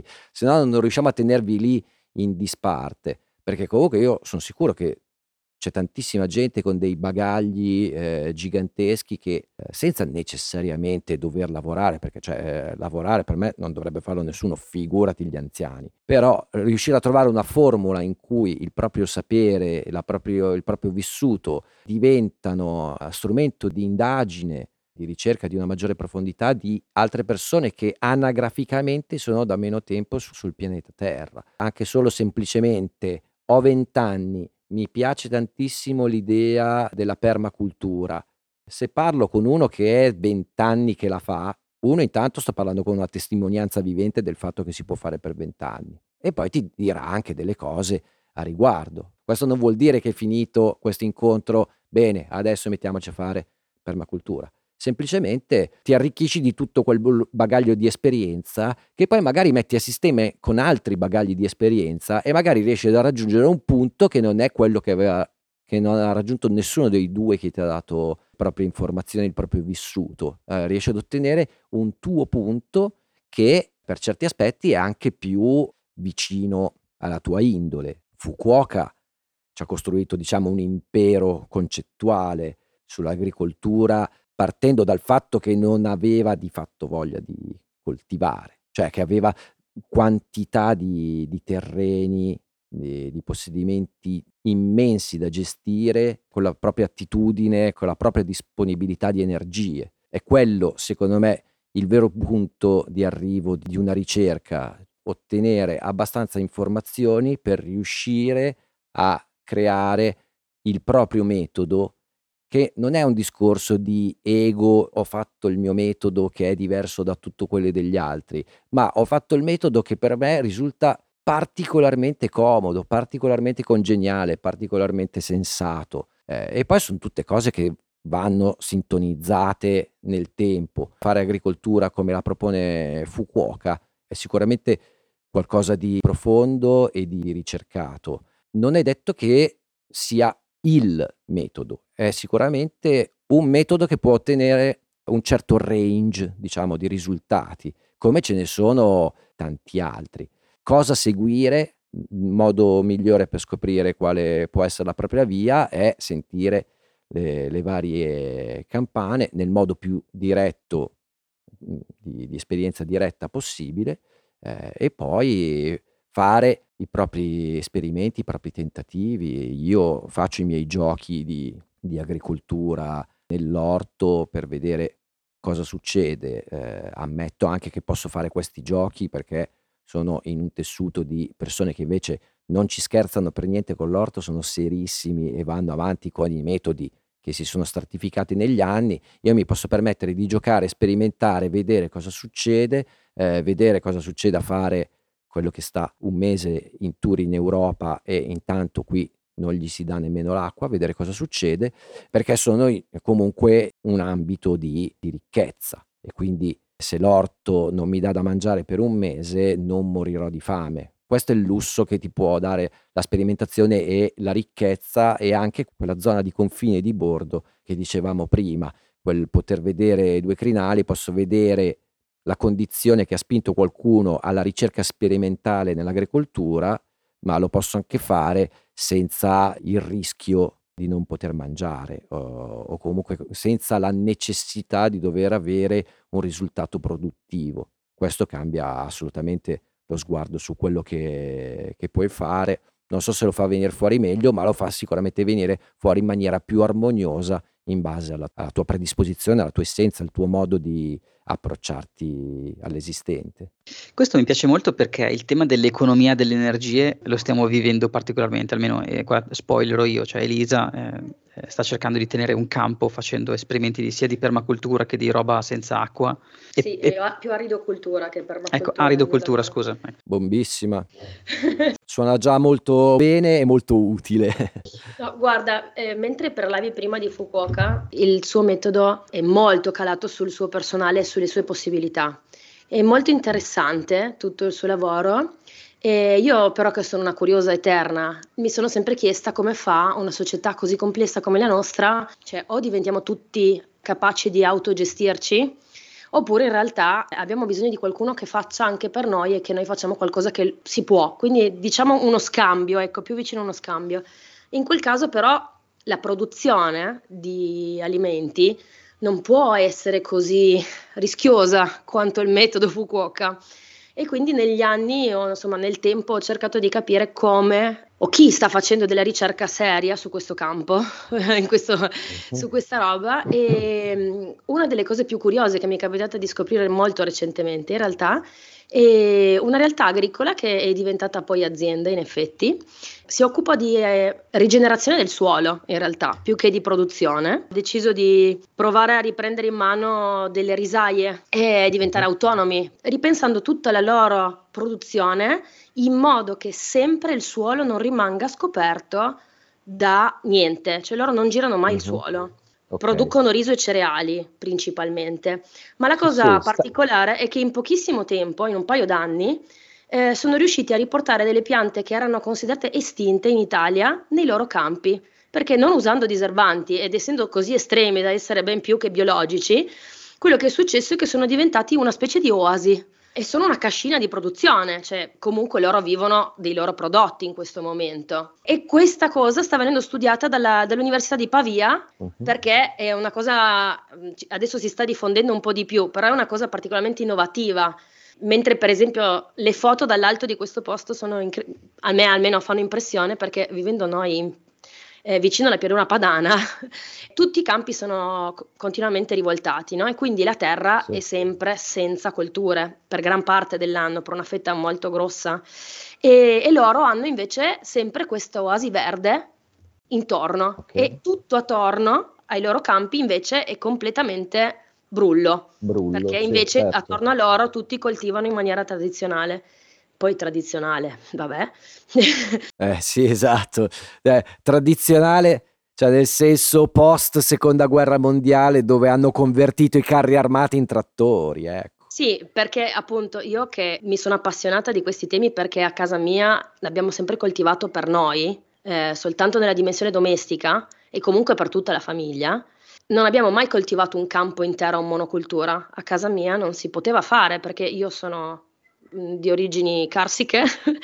a tenervi lì in disparte, perché comunque io son sicuro che c'è tantissima gente con dei bagagli, giganteschi che, senza necessariamente dover lavorare, perché cioè, lavorare per me non dovrebbe farlo nessuno, figurati gli anziani. Però riuscire a trovare una formula in cui il proprio sapere, il proprio vissuto diventano, strumento di indagine, di ricerca di una maggiore profondità di altre persone che anagraficamente sono da meno tempo sul pianeta Terra. Anche solo semplicemente: ho 20 anni, mi piace tantissimo l'idea della permacultura. Se parlo con uno che è 20 anni che la fa, uno intanto sto parlando con una testimonianza vivente del fatto che si può fare per 20 anni e poi ti dirà anche delle cose a riguardo. Questo non vuol dire che finito questo incontro, bene, adesso mettiamoci a fare permacultura. semplicemente ti arricchisci di tutto quel bagaglio di esperienza che poi magari metti a sistema con altri bagagli di esperienza e magari riesci a raggiungere un punto che non è quello che non ha raggiunto nessuno dei due che ti ha dato proprie informazioni, il proprio vissuto. Riesci ad ottenere un tuo punto che per certi aspetti è anche più vicino alla tua indole. Fukuoka ci ha costruito, diciamo, un impero concettuale sull'agricoltura, partendo dal fatto che non aveva di fatto voglia di coltivare, cioè che aveva quantità di terreni, di possedimenti immensi da gestire con la propria attitudine, con la propria disponibilità di energie. È quello, secondo me, il vero punto di arrivo di una ricerca, ottenere abbastanza informazioni per riuscire a creare il proprio metodo, che non è un discorso di ego, ho fatto il mio metodo che è diverso da tutto quello degli altri, ma ho fatto il metodo che per me risulta particolarmente comodo, particolarmente congeniale, particolarmente sensato. E poi sono tutte cose che vanno sintonizzate nel tempo. Fare agricoltura come la propone Fukuoka è sicuramente qualcosa di profondo e di ricercato. Non è detto che sia il metodo, è sicuramente un metodo che può ottenere un certo range, diciamo, di risultati, come ce ne sono tanti altri. Cosa seguire? Il modo migliore per scoprire quale può essere la propria via è sentire le varie campane nel modo più diretto, di esperienza diretta possibile, e poi fare i propri esperimenti, i propri tentativi. Io faccio i miei giochi di agricoltura nell'orto per vedere cosa succede. Ammetto anche che posso fare questi giochi perché sono in un tessuto di persone che invece non ci scherzano per niente con l'orto, sono serissimi e vanno avanti con i metodi che si sono stratificati negli anni. Io mi posso permettere di giocare, sperimentare, vedere cosa succede, vedere cosa succede a fare quello che sta un mese in tour in Europa e intanto qui non gli si dà nemmeno l'acqua, vedere cosa succede, perché sono comunque un ambito di ricchezza e quindi se l'orto non mi dà da mangiare per un mese non morirò di fame. Questo è il lusso che ti può dare la sperimentazione e la ricchezza e anche quella zona di confine di bordo che dicevamo prima, quel poter vedere due crinali, posso vedere la condizione che ha spinto qualcuno alla ricerca sperimentale nell'agricoltura, ma lo posso anche fare senza il rischio di non poter mangiare o comunque senza la necessità di dover avere un risultato produttivo. Questo cambia assolutamente lo sguardo su quello che puoi fare. Non so se lo fa venire fuori meglio, ma lo fa sicuramente venire fuori in maniera più armoniosa in base alla tua predisposizione, alla tua essenza, al tuo modo di approcciarti all'esistente. Questo mi piace molto perché il tema dell'economia delle energie lo stiamo vivendo particolarmente, almeno qua spoilerò io, cioè Elisa sta cercando di tenere un campo facendo esperimenti sia di permacultura che di roba senza acqua. Sì, più aridocultura che permacultura. Ecco, aridocultura, scusa. Bombissima. Suona già molto bene e molto utile. No, guarda, mentre parlavi prima di Fukuoka, il suo metodo è molto calato sul suo personale e sulle sue possibilità. È molto interessante tutto il suo lavoro. E io però, che sono una curiosa eterna, mi sono sempre chiesta come fa una società così complessa come la nostra, cioè o diventiamo tutti capaci di autogestirci, oppure in realtà abbiamo bisogno di qualcuno che faccia anche per noi e che noi facciamo qualcosa che si può. Quindi diciamo uno scambio, ecco, più vicino a uno scambio. In quel caso però la produzione di alimenti non può essere così rischiosa quanto il metodo Fukuoka. E quindi negli anni, o insomma nel tempo, ho cercato di capire come o chi sta facendo della ricerca seria su questo campo, su questa roba. E una delle cose più curiose che mi è capitata di scoprire molto recentemente, in realtà, è una realtà agricola che è diventata poi azienda, in effetti. Si occupa di rigenerazione del suolo, in realtà, più che di produzione. Ha deciso di provare a riprendere in mano delle risaie e diventare autonomi, ripensando tutta la loro produzione in modo che sempre il suolo non rimanga scoperto da niente, cioè loro non girano mai il suolo. Ok. producono riso e cereali principalmente, ma la Sì, cosa sì, particolare è che in pochissimo tempo, in un paio d'anni, sono riusciti a riportare delle piante che erano considerate estinte in Italia nei loro campi, perché non usando diserbanti ed essendo così estremi da essere ben più che biologici, quello che è successo è che sono diventati una specie di oasi. E sono una cascina di produzione, cioè comunque loro vivono dei loro prodotti in questo momento. E questa cosa sta venendo studiata dall'Università di Pavia mhm. perché è una cosa, adesso si sta diffondendo un po' di più, però è una cosa particolarmente innovativa. Mentre per esempio le foto dall'alto di questo posto a me almeno fanno impressione perché vivendo noi vicino alla pianura padana tutti i campi sono continuamente rivoltati, no? E quindi la terra Sì. è sempre senza colture per gran parte dell'anno, per una fetta molto grossa. E loro hanno invece sempre questa oasi verde intorno Ok. e tutto attorno ai loro campi invece è completamente brullo, Brullo, perché sì, invece certo. attorno a loro tutti coltivano in maniera tradizionale. Poi tradizionale, vabbè. Sì, esatto. Tradizionale, cioè nel senso post seconda guerra mondiale dove hanno convertito i carri armati in trattori, ecco. Sì, perché appunto io che mi sono appassionata di questi temi perché a casa mia l'abbiamo sempre coltivato per noi, soltanto nella dimensione domestica e comunque per tutta la famiglia. Non abbiamo mai coltivato un campo intero a monocultura. A casa mia non si poteva fare perché io sono di origini carsiche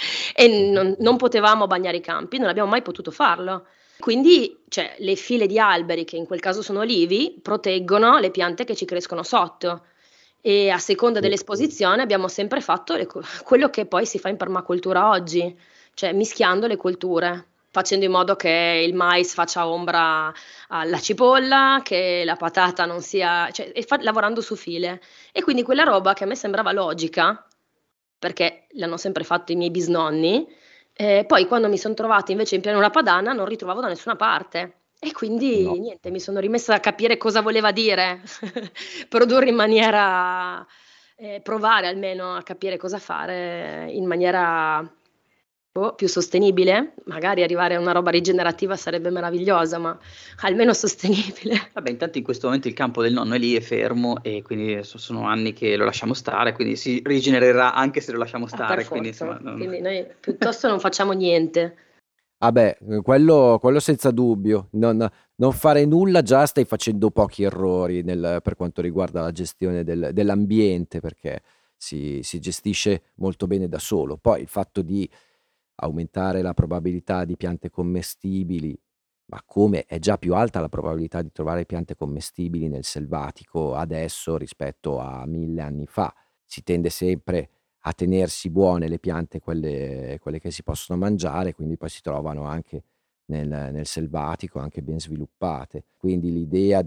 e Mhm. non potevamo bagnare i campi, non abbiamo mai potuto farlo. Quindi, cioè, le file di alberi, che in quel caso sono olivi, proteggono le piante che ci crescono sotto. E a seconda Sì. dell'esposizione abbiamo sempre fatto quello che poi si fa in permacultura oggi, cioè mischiando le colture, facendo in modo che il mais faccia ombra alla cipolla, che la patata non sia, cioè, lavorando su file. E quindi quella roba che a me sembrava logica, perché l'hanno sempre fatto i miei bisnonni, poi quando mi sono trovata invece in pianura padana non ritrovavo da nessuna parte. E quindi No. niente, mi sono rimessa a capire cosa voleva dire produrre in maniera, provare almeno a capire cosa fare in maniera più sostenibile. Magari arrivare a una roba rigenerativa sarebbe meravigliosa, ma almeno sostenibile. Vabbè, intanto in questo momento il campo del nonno è lì, è fermo e quindi sono anni che lo lasciamo stare, quindi si rigenererà anche se lo lasciamo Ah, per stare, quindi insomma forza. Quindi noi piuttosto non facciamo niente. Vabbè, quello senza dubbio. Non fare nulla già stai facendo pochi errori per quanto riguarda la gestione dell'ambiente, perché si gestisce molto bene da solo. Poi il fatto di aumentare la probabilità di piante commestibili, ma come è già più alta la probabilità di trovare piante commestibili nel selvatico adesso rispetto a 1000 anni fa. Si tende sempre a tenersi buone le piante, quelle che si possono mangiare, quindi poi si trovano anche nel selvatico, anche ben sviluppate. Quindi l'idea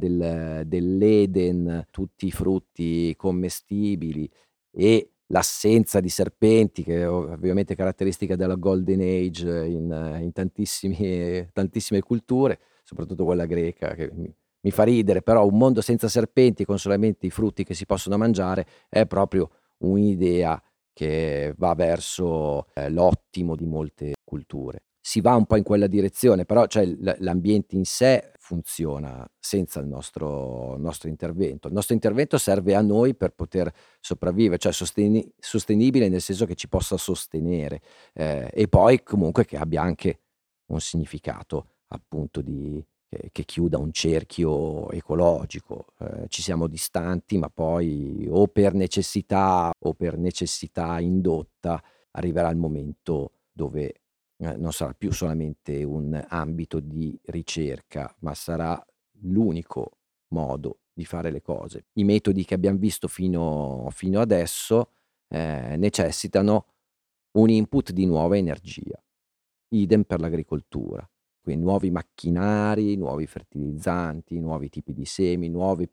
dell'Eden, tutti i frutti commestibili e l'assenza di serpenti, che è ovviamente caratteristica della Golden Age in tantissime culture, soprattutto quella greca, che mi fa ridere, però un mondo senza serpenti con solamente i frutti che si possono mangiare è proprio un'idea che va verso l'ottimo di molte culture. Si va un po' in quella direzione, però cioè, l'ambiente in sé funziona senza il nostro intervento. Il nostro intervento serve a noi per poter sopravvivere, cioè sostenibile nel senso che ci possa sostenere e poi comunque che abbia anche un significato appunto che chiuda un cerchio ecologico. Ci siamo distanti, ma poi o per necessità o per necessità indotta arriverà il momento dove non sarà più solamente un ambito di ricerca, ma sarà l'unico modo di fare le cose. I metodi che abbiam visto fino adesso necessitano un input di nuova energia. Idem per l'agricoltura, quindi nuovi macchinari, nuovi fertilizzanti, nuovi tipi di semi, nuove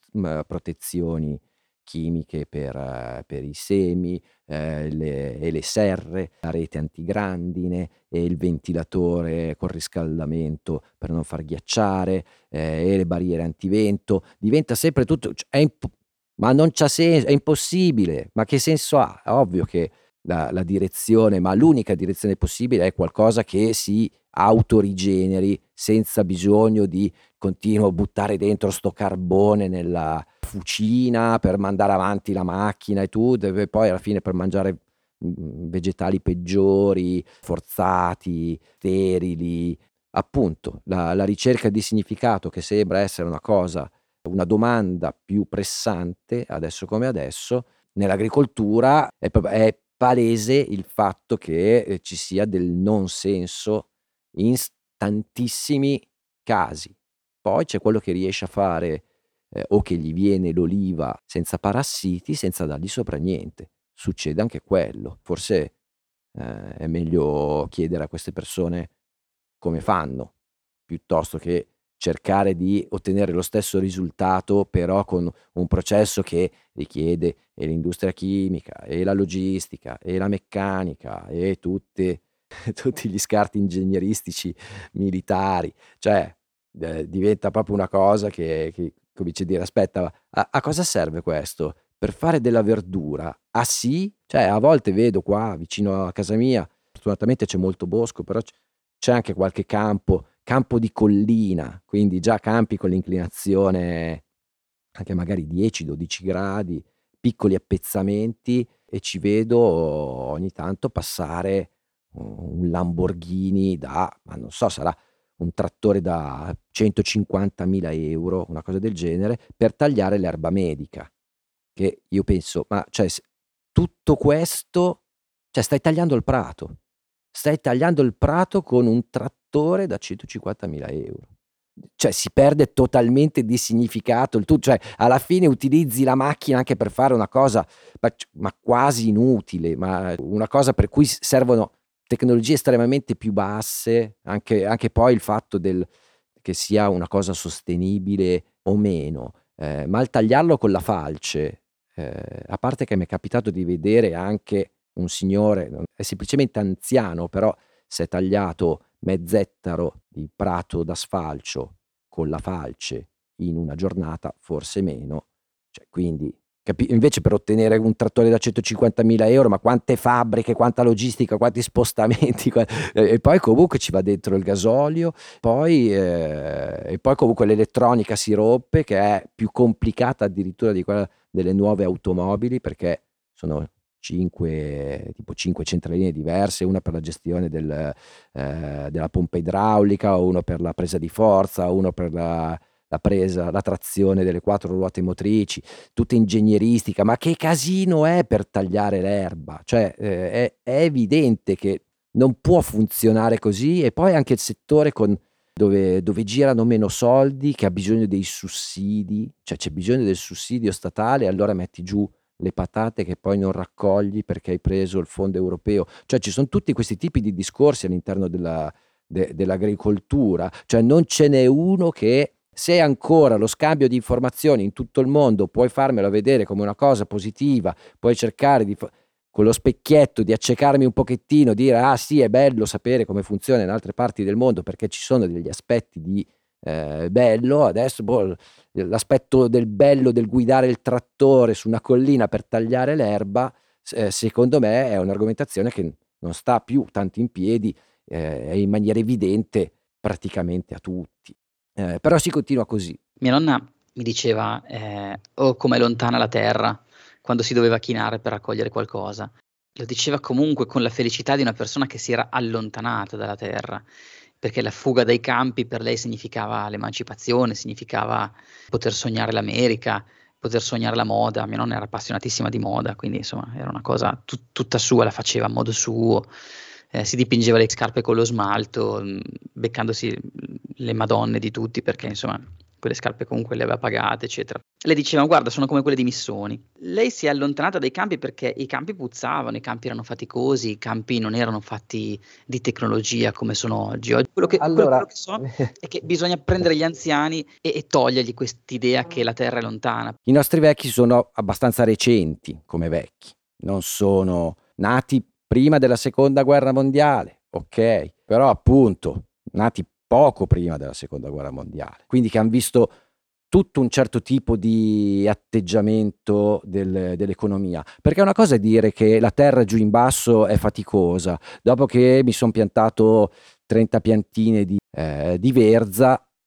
protezioni chimiche per i semi, le serre, la rete antigrandine e il ventilatore col riscaldamento per non far ghiacciare, e le barriere antivento. Diventa sempre tutto ma non c'ha senso, è impossibile, ma che senso ha? È ovvio che la direzione, ma l'unica direzione possibile è qualcosa che si autorigeneri senza bisogno di continuo a buttare dentro sto carbone nella fucina per mandare avanti la macchina e tutto, e poi alla fine per mangiare vegetali peggiori, forzati, sterili. Appunto, la ricerca di significato, che sembra essere una domanda più pressante adesso come adesso, nell'agricoltura è palese il fatto che ci sia del non senso in tantissimi casi. Poi c'è quello che riesce a fare o che gli viene l'oliva senza parassiti, senza dargli sopra niente. Succede anche quello. Forse è meglio chiedere a queste persone come fanno, piuttosto che cercare di ottenere lo stesso risultato, però con un processo che richiede e l'industria chimica, e la logistica, e la meccanica, e tutti gli scarti ingegneristici militari. Cioè, diventa proprio una cosa che cominci a dire: aspetta, a cosa serve questo? Per fare della verdura? Ah sì? Cioè, a volte vedo qua vicino a casa mia, fortunatamente c'è molto bosco, però c'è anche qualche campo di collina, quindi già campi con l'inclinazione anche magari 10-12 gradi, piccoli appezzamenti, e ci vedo ogni tanto passare un Lamborghini ma non so, sarà un trattore da 150.000 euro, una cosa del genere, per tagliare l'erba medica. Che io penso, ma cioè, tutto questo, cioè stai tagliando il prato. Stai tagliando il prato con un trattore da 150.000 euro. Cioè si perde totalmente di significato il tutto, cioè alla fine utilizzi la macchina anche per fare una cosa ma quasi inutile, ma una cosa per cui servono tecnologie estremamente più basse, anche poi il fatto che sia una cosa sostenibile o meno, ma il tagliarlo con la falce, a parte che mi è capitato di vedere anche un signore, è semplicemente anziano, però si è tagliato mezzettaro di prato da sfalcio con la falce in una giornata, forse meno. Cioè, quindi, invece per ottenere un trattore da 150.000 euro, ma quante fabbriche, quanta logistica, quanti spostamenti, e poi comunque ci va dentro il gasolio, e poi comunque l'elettronica si rompe, che è più complicata addirittura di quella delle nuove automobili, perché sono 5 centraline diverse, una per la gestione della pompa idraulica, o uno per la presa di forza, uno per la trazione delle 4 ruote motrici, tutta ingegneristica. Ma che casino è per tagliare l'erba? Cioè, è evidente che non può funzionare così. E poi anche il settore dove girano meno soldi, che ha bisogno dei sussidi, cioè c'è bisogno del sussidio statale, allora metti giù le patate che poi non raccogli perché hai preso il fondo europeo. Cioè ci sono tutti questi tipi di discorsi all'interno dell'agricoltura, cioè non ce n'è uno che, se ancora lo scambio di informazioni in tutto il mondo puoi farmelo vedere come una cosa positiva, puoi cercare con lo specchietto di accecarmi un pochettino, dire ah sì, è bello sapere come funziona in altre parti del mondo perché ci sono degli aspetti di bello. Adesso l'aspetto del bello del guidare il trattore su una collina per tagliare l'erba, secondo me è un'argomentazione che non sta più tanto in piedi, in maniera evidente praticamente a tutti. Però si continua così. Mia nonna mi diceva oh, com'è lontana la terra quando si doveva chinare per raccogliere qualcosa. Lo diceva comunque con la felicità di una persona che si era allontanata dalla terra, perché la fuga dai campi per lei significava l'emancipazione, significava poter sognare l'America, poter sognare la moda. Mia nonna era appassionatissima di moda, quindi insomma era una cosa tutta sua, la faceva a modo suo. Si dipingeva le scarpe con lo smalto, beccandosi le madonne di tutti, perché insomma quelle scarpe comunque le aveva pagate, eccetera. Le dicevano guarda, sono come quelle di Missoni. Lei si è allontanata dai campi perché i campi puzzavano, i campi erano faticosi, i campi non erano fatti di tecnologia come sono oggi. Quello che so è che bisogna prendere gli anziani e togliergli quest'idea che la terra è lontana. I nostri vecchi sono abbastanza recenti come vecchi, non sono nati prima della seconda guerra mondiale, ok, però appunto nati poco prima della seconda guerra mondiale, quindi che hanno visto tutto un certo tipo di atteggiamento dell'economia, perché una cosa è dire che la terra giù in basso è faticosa, dopo che mi sono piantato 30 piantine di verza,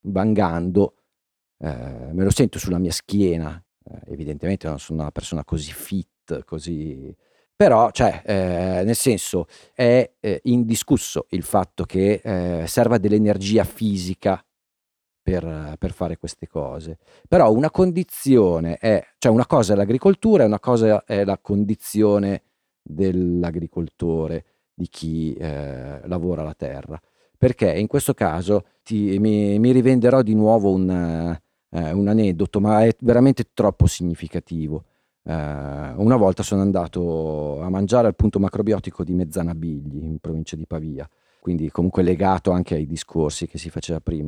vangando, me lo sento sulla mia schiena. Evidentemente non sono una persona così fit, così... Però, cioè, nel senso, è indiscusso il fatto che serva dell'energia fisica per fare queste cose. Però una condizione cioè una cosa è l'agricoltura e una cosa è la condizione dell'agricoltore, di chi lavora la terra. Perché in questo caso mi rivenderò di nuovo un aneddoto, ma è veramente troppo significativo. Una volta sono andato a mangiare al punto macrobiotico di Mezzanabigli, in provincia di Pavia, quindi comunque legato anche ai discorsi che si faceva prima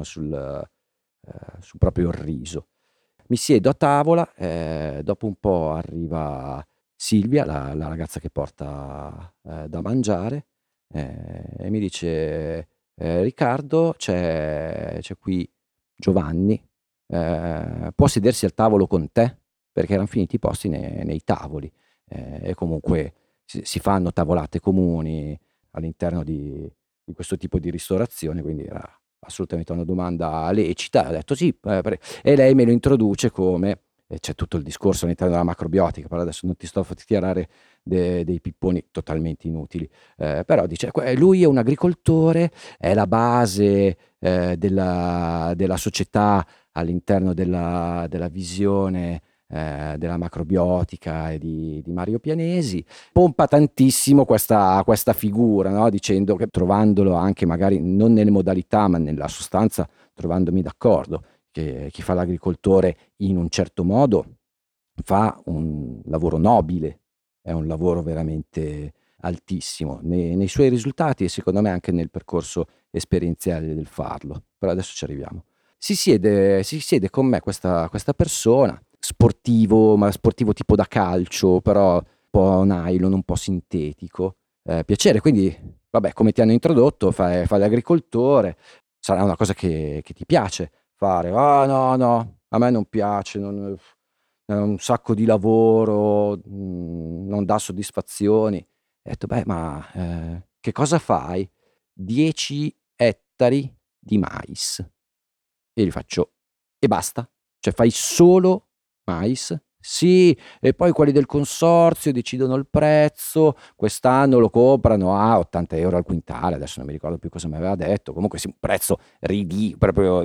su proprio il riso. Mi siedo a tavola, dopo un po' arriva Silvia, la ragazza che porta da mangiare, e mi dice: Riccardo, c'è qui Giovanni, può sedersi al tavolo con te? Perché erano finiti i posti nei tavoli, e comunque si fanno tavolate comuni all'interno di questo tipo di ristorazione, quindi era assolutamente una domanda lecita. Ho detto sì, e lei me lo introduce come, c'è tutto il discorso all'interno della macrobiotica, però adesso non ti sto a tirare dei pipponi totalmente inutili, però dice, lui è un agricoltore, è la base della società all'interno della visione della macrobiotica e di Mario Pianesi. Pompa tantissimo questa figura, no? Dicendo che, trovandolo anche magari non nelle modalità ma nella sostanza, trovandomi d'accordo che chi fa l'agricoltore in un certo modo fa un lavoro nobile, è un lavoro veramente altissimo nei suoi risultati e secondo me anche nel percorso esperienziale del farlo. Però adesso ci arriviamo. Si siede con me questa persona, sportivo, ma sportivo tipo da calcio, però un po' nylon, un po' sintetico. Piacere, quindi, vabbè, come ti hanno introdotto, fai l'agricoltore, sarà una cosa che ti piace fare. Ah, no, a me non piace, è un sacco di lavoro, non dà soddisfazioni. Ho detto, beh, ma che cosa fai? 10 ettari di mais. E gli faccio, e basta? Cioè fai solo mais? Sì, e poi quelli del consorzio decidono il prezzo, quest'anno lo comprano a 80 euro al quintale, adesso non mi ricordo più cosa mi aveva detto, comunque sì, un prezzo proprio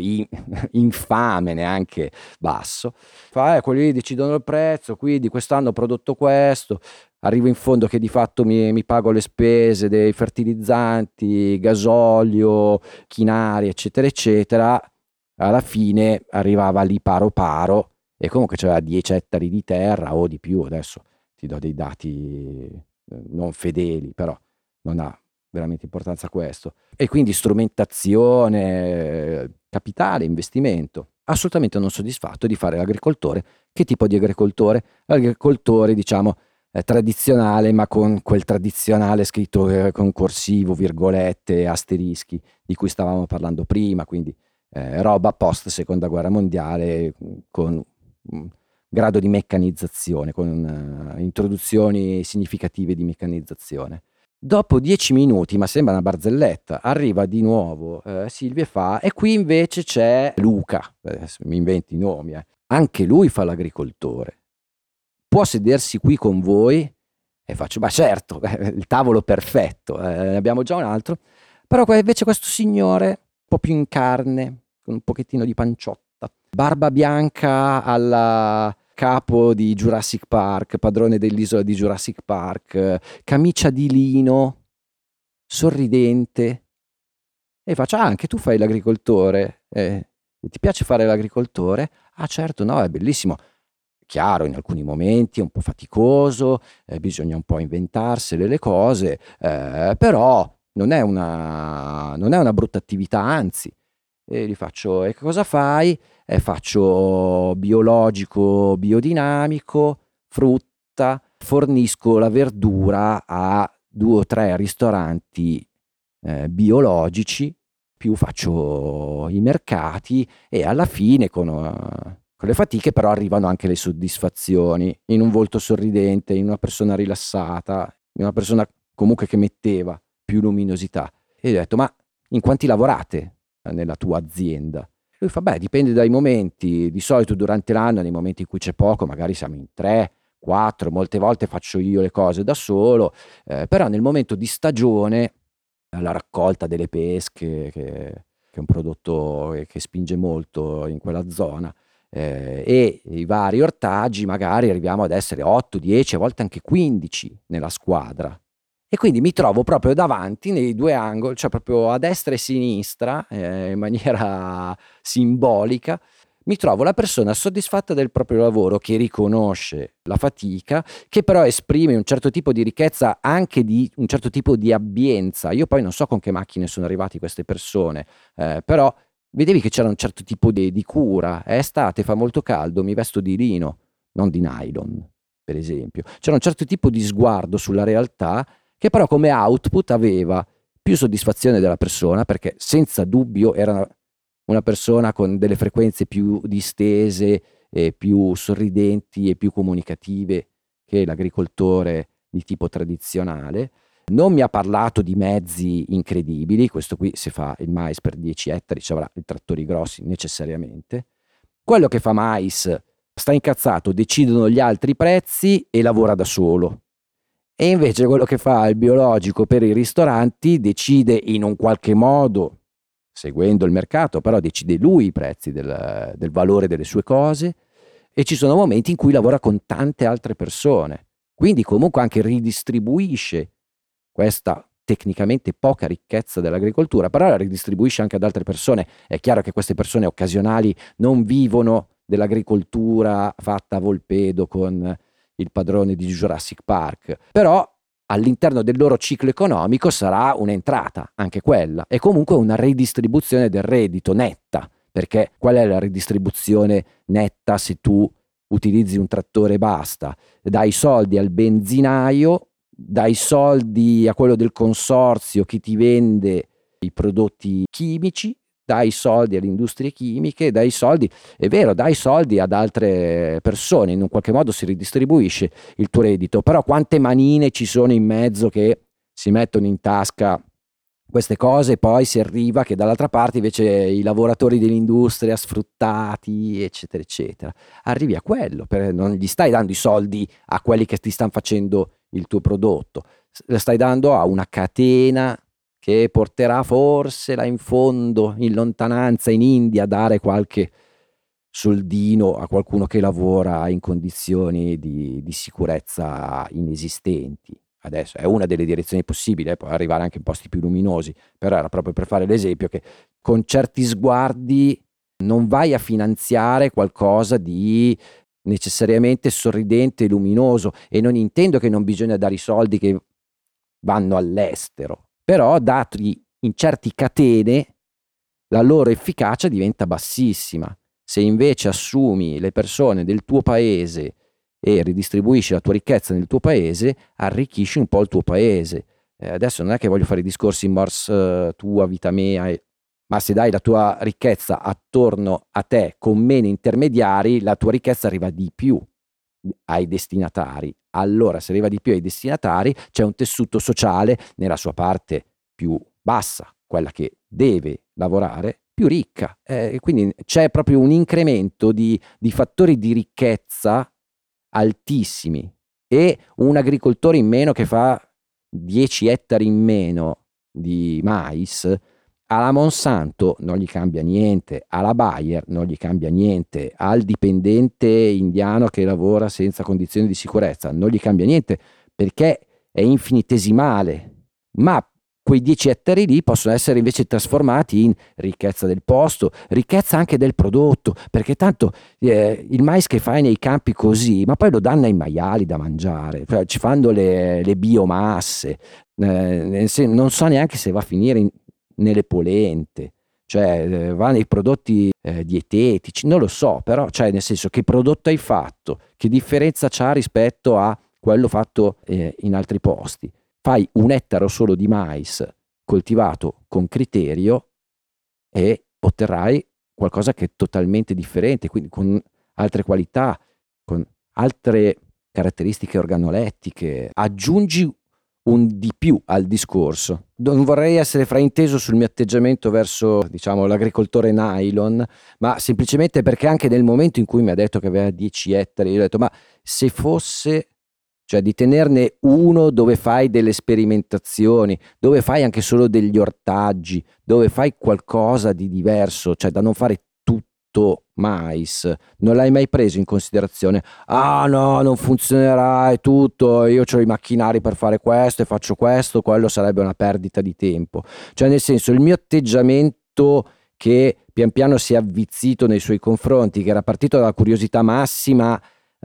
infame, neanche basso. Quelli decidono il prezzo, quindi quest'anno ho prodotto questo, arrivo in fondo che di fatto mi pago le spese dei fertilizzanti, gasolio, chinari, eccetera, eccetera. Alla fine arrivava lì paro e comunque c'aveva 10 ettari di terra o di più, adesso ti do dei dati non fedeli, però non ha veramente importanza questo. E quindi strumentazione, capitale, investimento. Assolutamente non soddisfatto di fare l'agricoltore. Che tipo di agricoltore? L'agricoltore, diciamo, tradizionale, ma con quel tradizionale scritto con corsivo, virgolette, asterischi, di cui stavamo parlando prima, quindi roba post seconda guerra mondiale, con un grado di meccanizzazione, con introduzioni significative di meccanizzazione. Dopo 10 minuti, ma sembra una barzelletta, arriva di nuovo Silvia e fa, e qui invece c'è Luca, mi inventi i nomi, anche lui fa l'agricoltore, può sedersi qui con voi? E faccio, ma certo, il tavolo perfetto, ne abbiamo già un altro, però invece questo signore, un po' più in carne, con un pochettino di panciotta, barba bianca alla capo di Jurassic Park, padrone dell'isola di Jurassic Park, camicia di lino, sorridente, e faccio, anche tu fai l'agricoltore? Ti piace fare l'agricoltore? Ah certo, no, è bellissimo. Chiaro, in alcuni momenti è un po' faticoso, bisogna un po' inventarsele le cose, però non è una brutta attività, anzi. E gli faccio, e che cosa fai? Faccio biologico, biodinamico, frutta, fornisco la verdura a 2 o 3 ristoranti biologici, più faccio i mercati e alla fine con le fatiche però arrivano anche le soddisfazioni, in un volto sorridente, in una persona rilassata, in una persona comunque che metteva più luminosità. E gli ho detto, ma in quanti lavorate nella tua azienda? Lui fa, beh, dipende dai momenti, di solito durante l'anno, nei momenti in cui c'è poco, magari siamo in 3, 4, molte volte faccio io le cose da solo, però nel momento di stagione, la raccolta delle pesche, che è un prodotto che spinge molto in quella zona, e i vari ortaggi, magari arriviamo ad essere 8, 10, a volte anche 15 nella squadra. E quindi mi trovo proprio davanti nei due angoli, cioè proprio a destra e sinistra, in maniera simbolica, mi trovo la persona soddisfatta del proprio lavoro, che riconosce la fatica, che però esprime un certo tipo di ricchezza, anche di un certo tipo di abbienza. Io poi non so con che macchine sono arrivati queste persone, però vedevi che c'era un certo tipo di cura. È estate, fa molto caldo, mi vesto di lino, non di nylon, per esempio. C'era un certo tipo di sguardo sulla realtà, che però come output aveva più soddisfazione della persona, perché senza dubbio era una persona con delle frequenze più distese, e più sorridenti e più comunicative che l'agricoltore di tipo tradizionale. Non mi ha parlato di mezzi incredibili, questo qui se fa il mais per 10 ettari ci avrà i trattori grossi necessariamente. Quello che fa mais sta incazzato, decidono gli altri prezzi e lavora da solo. E invece quello che fa il biologico per i ristoranti decide in un qualche modo, seguendo il mercato, però decide lui i prezzi del valore delle sue cose, e ci sono momenti in cui lavora con tante altre persone. Quindi comunque anche ridistribuisce questa tecnicamente poca ricchezza dell'agricoltura, però la ridistribuisce anche ad altre persone. È chiaro che queste persone occasionali non vivono dell'agricoltura fatta a Volpedo con il padrone di Jurassic Park, però all'interno del loro ciclo economico sarà un'entrata, anche quella, e comunque una ridistribuzione del reddito netta, perché qual è la ridistribuzione netta se tu utilizzi un trattore e basta? Dai soldi al benzinaio, dai soldi a quello del consorzio che ti vende i prodotti chimici, dai soldi alle industrie chimiche, dai soldi, è vero, dai soldi ad altre persone, in un qualche modo si ridistribuisce il tuo reddito, però quante manine ci sono in mezzo che si mettono in tasca queste cose, e poi si arriva che dall'altra parte invece i lavoratori dell'industria sfruttati, eccetera, eccetera. Arrivi a quello, non gli stai dando i soldi a quelli che ti stanno facendo il tuo prodotto, lo stai dando a una catena che porterà forse là in fondo, in lontananza, in India, a dare qualche soldino a qualcuno che lavora in condizioni di sicurezza inesistenti. Adesso è una delle direzioni possibili, può arrivare anche in posti più luminosi, però era proprio per fare l'esempio che con certi sguardi non vai a finanziare qualcosa di necessariamente sorridente e luminoso, e non intendo che non bisogna dare i soldi che vanno all'estero, però dati in certi catene la loro efficacia diventa bassissima. Se invece assumi le persone del tuo paese e ridistribuisci la tua ricchezza nel tuo paese, arricchisci un po' il tuo paese. Adesso non è che voglio fare i discorsi in mors tua, vita mea, ma se dai la tua ricchezza attorno a te con meno intermediari, la tua ricchezza arriva di più ai destinatari. Allora, se arriva di più ai destinatari, c'è un tessuto sociale nella sua parte più bassa, quella che deve lavorare, più ricca. Quindi c'è proprio un incremento di fattori di ricchezza altissimi, e un agricoltore in meno che fa 10 ettari in meno di mais, alla Monsanto non gli cambia niente, alla Bayer non gli cambia niente, al dipendente indiano che lavora senza condizioni di sicurezza non gli cambia niente, perché è infinitesimale, ma quei 10 ettari lì possono essere invece trasformati in ricchezza del posto, ricchezza anche del prodotto, perché tanto il mais che fai nei campi così, ma poi lo danno ai maiali da mangiare, cioè ci fanno le biomasse, non so neanche se va a finire nelle polente, cioè va nei prodotti dietetici, non lo so, però cioè nel senso, che prodotto hai fatto, che differenza c'ha rispetto a quello fatto in altri posti? Fai un ettaro solo di mais coltivato con criterio e otterrai qualcosa che è totalmente differente, quindi con altre qualità, con altre caratteristiche organolettiche. Aggiungi un di più al discorso. Non vorrei essere frainteso sul mio atteggiamento verso, diciamo, l'agricoltore nylon, ma semplicemente perché anche nel momento in cui mi ha detto che aveva 10 ettari, io ho detto, ma se fosse, cioè di tenerne uno dove fai delle sperimentazioni, dove fai anche solo degli ortaggi, dove fai qualcosa di diverso, cioè da non fare tutto mais, non l'hai mai preso in considerazione? Ah no, non funzionerà, è tutto, io ho i macchinari per fare questo e faccio questo, quello sarebbe una perdita di tempo. Cioè nel senso, il mio atteggiamento che pian piano si è avvizzito nei suoi confronti, che era partito dalla curiosità massima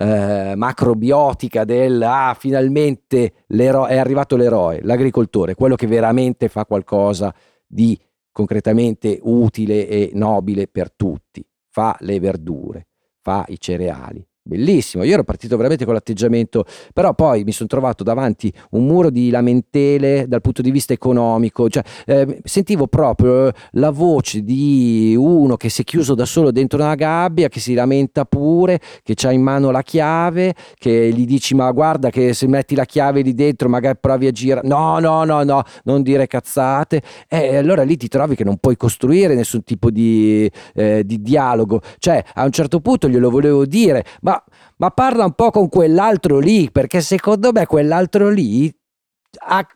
macrobiotica del finalmente è arrivato l'eroe, l'agricoltore, quello che veramente fa qualcosa di concretamente utile e nobile per tutti, fa le verdure, fa i cereali. Bellissimo, io ero partito veramente con l'atteggiamento, però poi mi sono trovato davanti un muro di lamentele dal punto di vista economico, cioè sentivo proprio la voce di uno che si è chiuso da solo dentro una gabbia, che si lamenta pure, che c'ha in mano la chiave, che gli dici ma guarda che se metti la chiave lì dentro magari provi a girare, no, non dire cazzate, e allora lì ti trovi che non puoi costruire nessun tipo di dialogo, cioè a un certo punto glielo volevo dire, ma parla un po' con quell'altro lì, perché secondo me quell'altro lì ha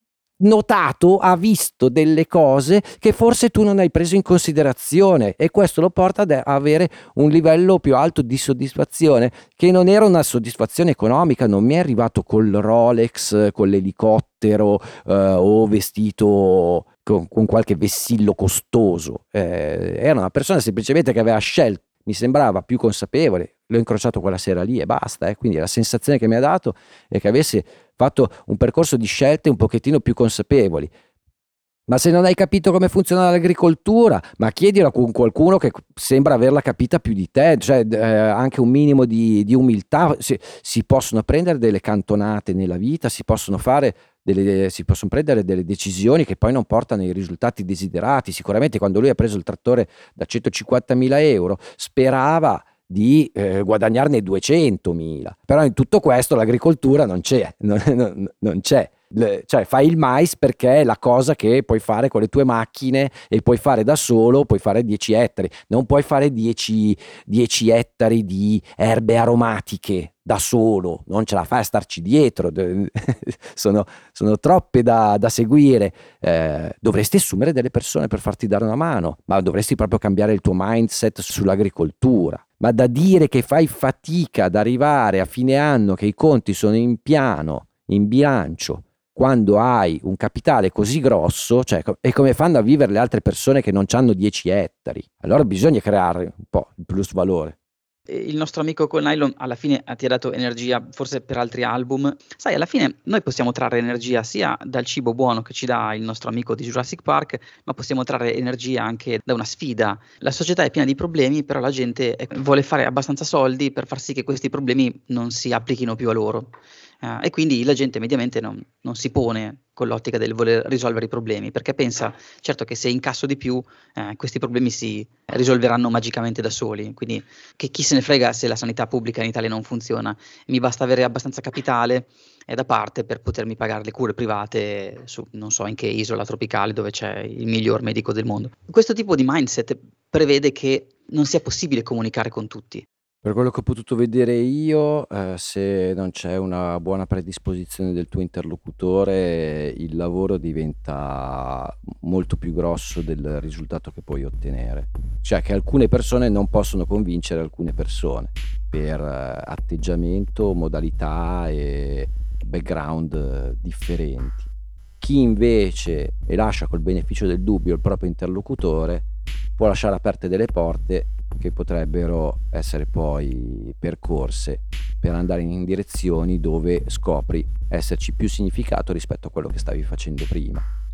notato, ha visto delle cose che forse tu non hai preso in considerazione, e questo lo porta ad avere un livello più alto di soddisfazione, che non era una soddisfazione economica, non mi è arrivato col Rolex, con l'elicottero o vestito con qualche vessillo costoso, era una persona semplicemente che aveva scelto, mi sembrava più consapevole, l'ho incrociato quella sera lì e basta, quindi la sensazione che mi ha dato è che avesse fatto un percorso di scelte un pochettino più consapevoli. Ma se non hai capito come funziona l'agricoltura, ma chiedilo con qualcuno che sembra averla capita più di te, cioè anche un minimo di umiltà. Si possono prendere delle cantonate nella vita, si possono prendere delle decisioni che poi non portano ai risultati desiderati. Sicuramente quando lui ha preso il trattore da 150.000 euro sperava di guadagnarne 200.000, però in tutto questo l'agricoltura non c'è, non c'è. Cioè fai il mais perché è la cosa che puoi fare con le tue macchine e puoi fare da solo, puoi fare 10 ettari, non puoi fare 10 ettari di erbe aromatiche da solo, non ce la fai a starci dietro, sono troppe da seguire, dovresti assumere delle persone per farti dare una mano, ma dovresti proprio cambiare il tuo mindset sull'agricoltura. Ma da dire che fai fatica ad arrivare a fine anno, che i conti sono in piano, in bilancio, quando hai un capitale così grosso, cioè, e come fanno a vivere le altre persone che non hanno 10 ettari? Allora bisogna creare un po' il plus valore. Il nostro amico col nylon alla fine ti ha dato energia, forse per altri album. Sai, alla fine noi possiamo trarre energia sia dal cibo buono che ci dà il nostro amico di Jurassic Park, ma possiamo trarre energia anche da una sfida. La società è piena di problemi, però la gente vuole fare abbastanza soldi per far sì che questi problemi non si applichino più a loro. E quindi la gente mediamente non si pone con l'ottica del voler risolvere i problemi, perché pensa, certo, che se incasso di più questi problemi si risolveranno magicamente da soli, quindi che chi se ne frega se la sanità pubblica in Italia non funziona, mi basta avere abbastanza capitale da parte per potermi pagare le cure private su non so in che isola tropicale dove c'è il miglior medico del mondo. Questo tipo di mindset prevede che non sia possibile comunicare con tutti. Per quello che ho potuto vedere io, se non c'è una buona predisposizione del tuo interlocutore, il lavoro diventa molto più grosso del risultato che puoi ottenere. Cioè che alcune persone non possono convincere alcune persone per atteggiamento, modalità e background differenti. Chi invece, e lascia col beneficio del dubbio il proprio interlocutore, può lasciare aperte delle porte che potrebbero essere poi percorse per andare in direzioni dove scopri esserci più significato rispetto a quello che stavi facendo prima.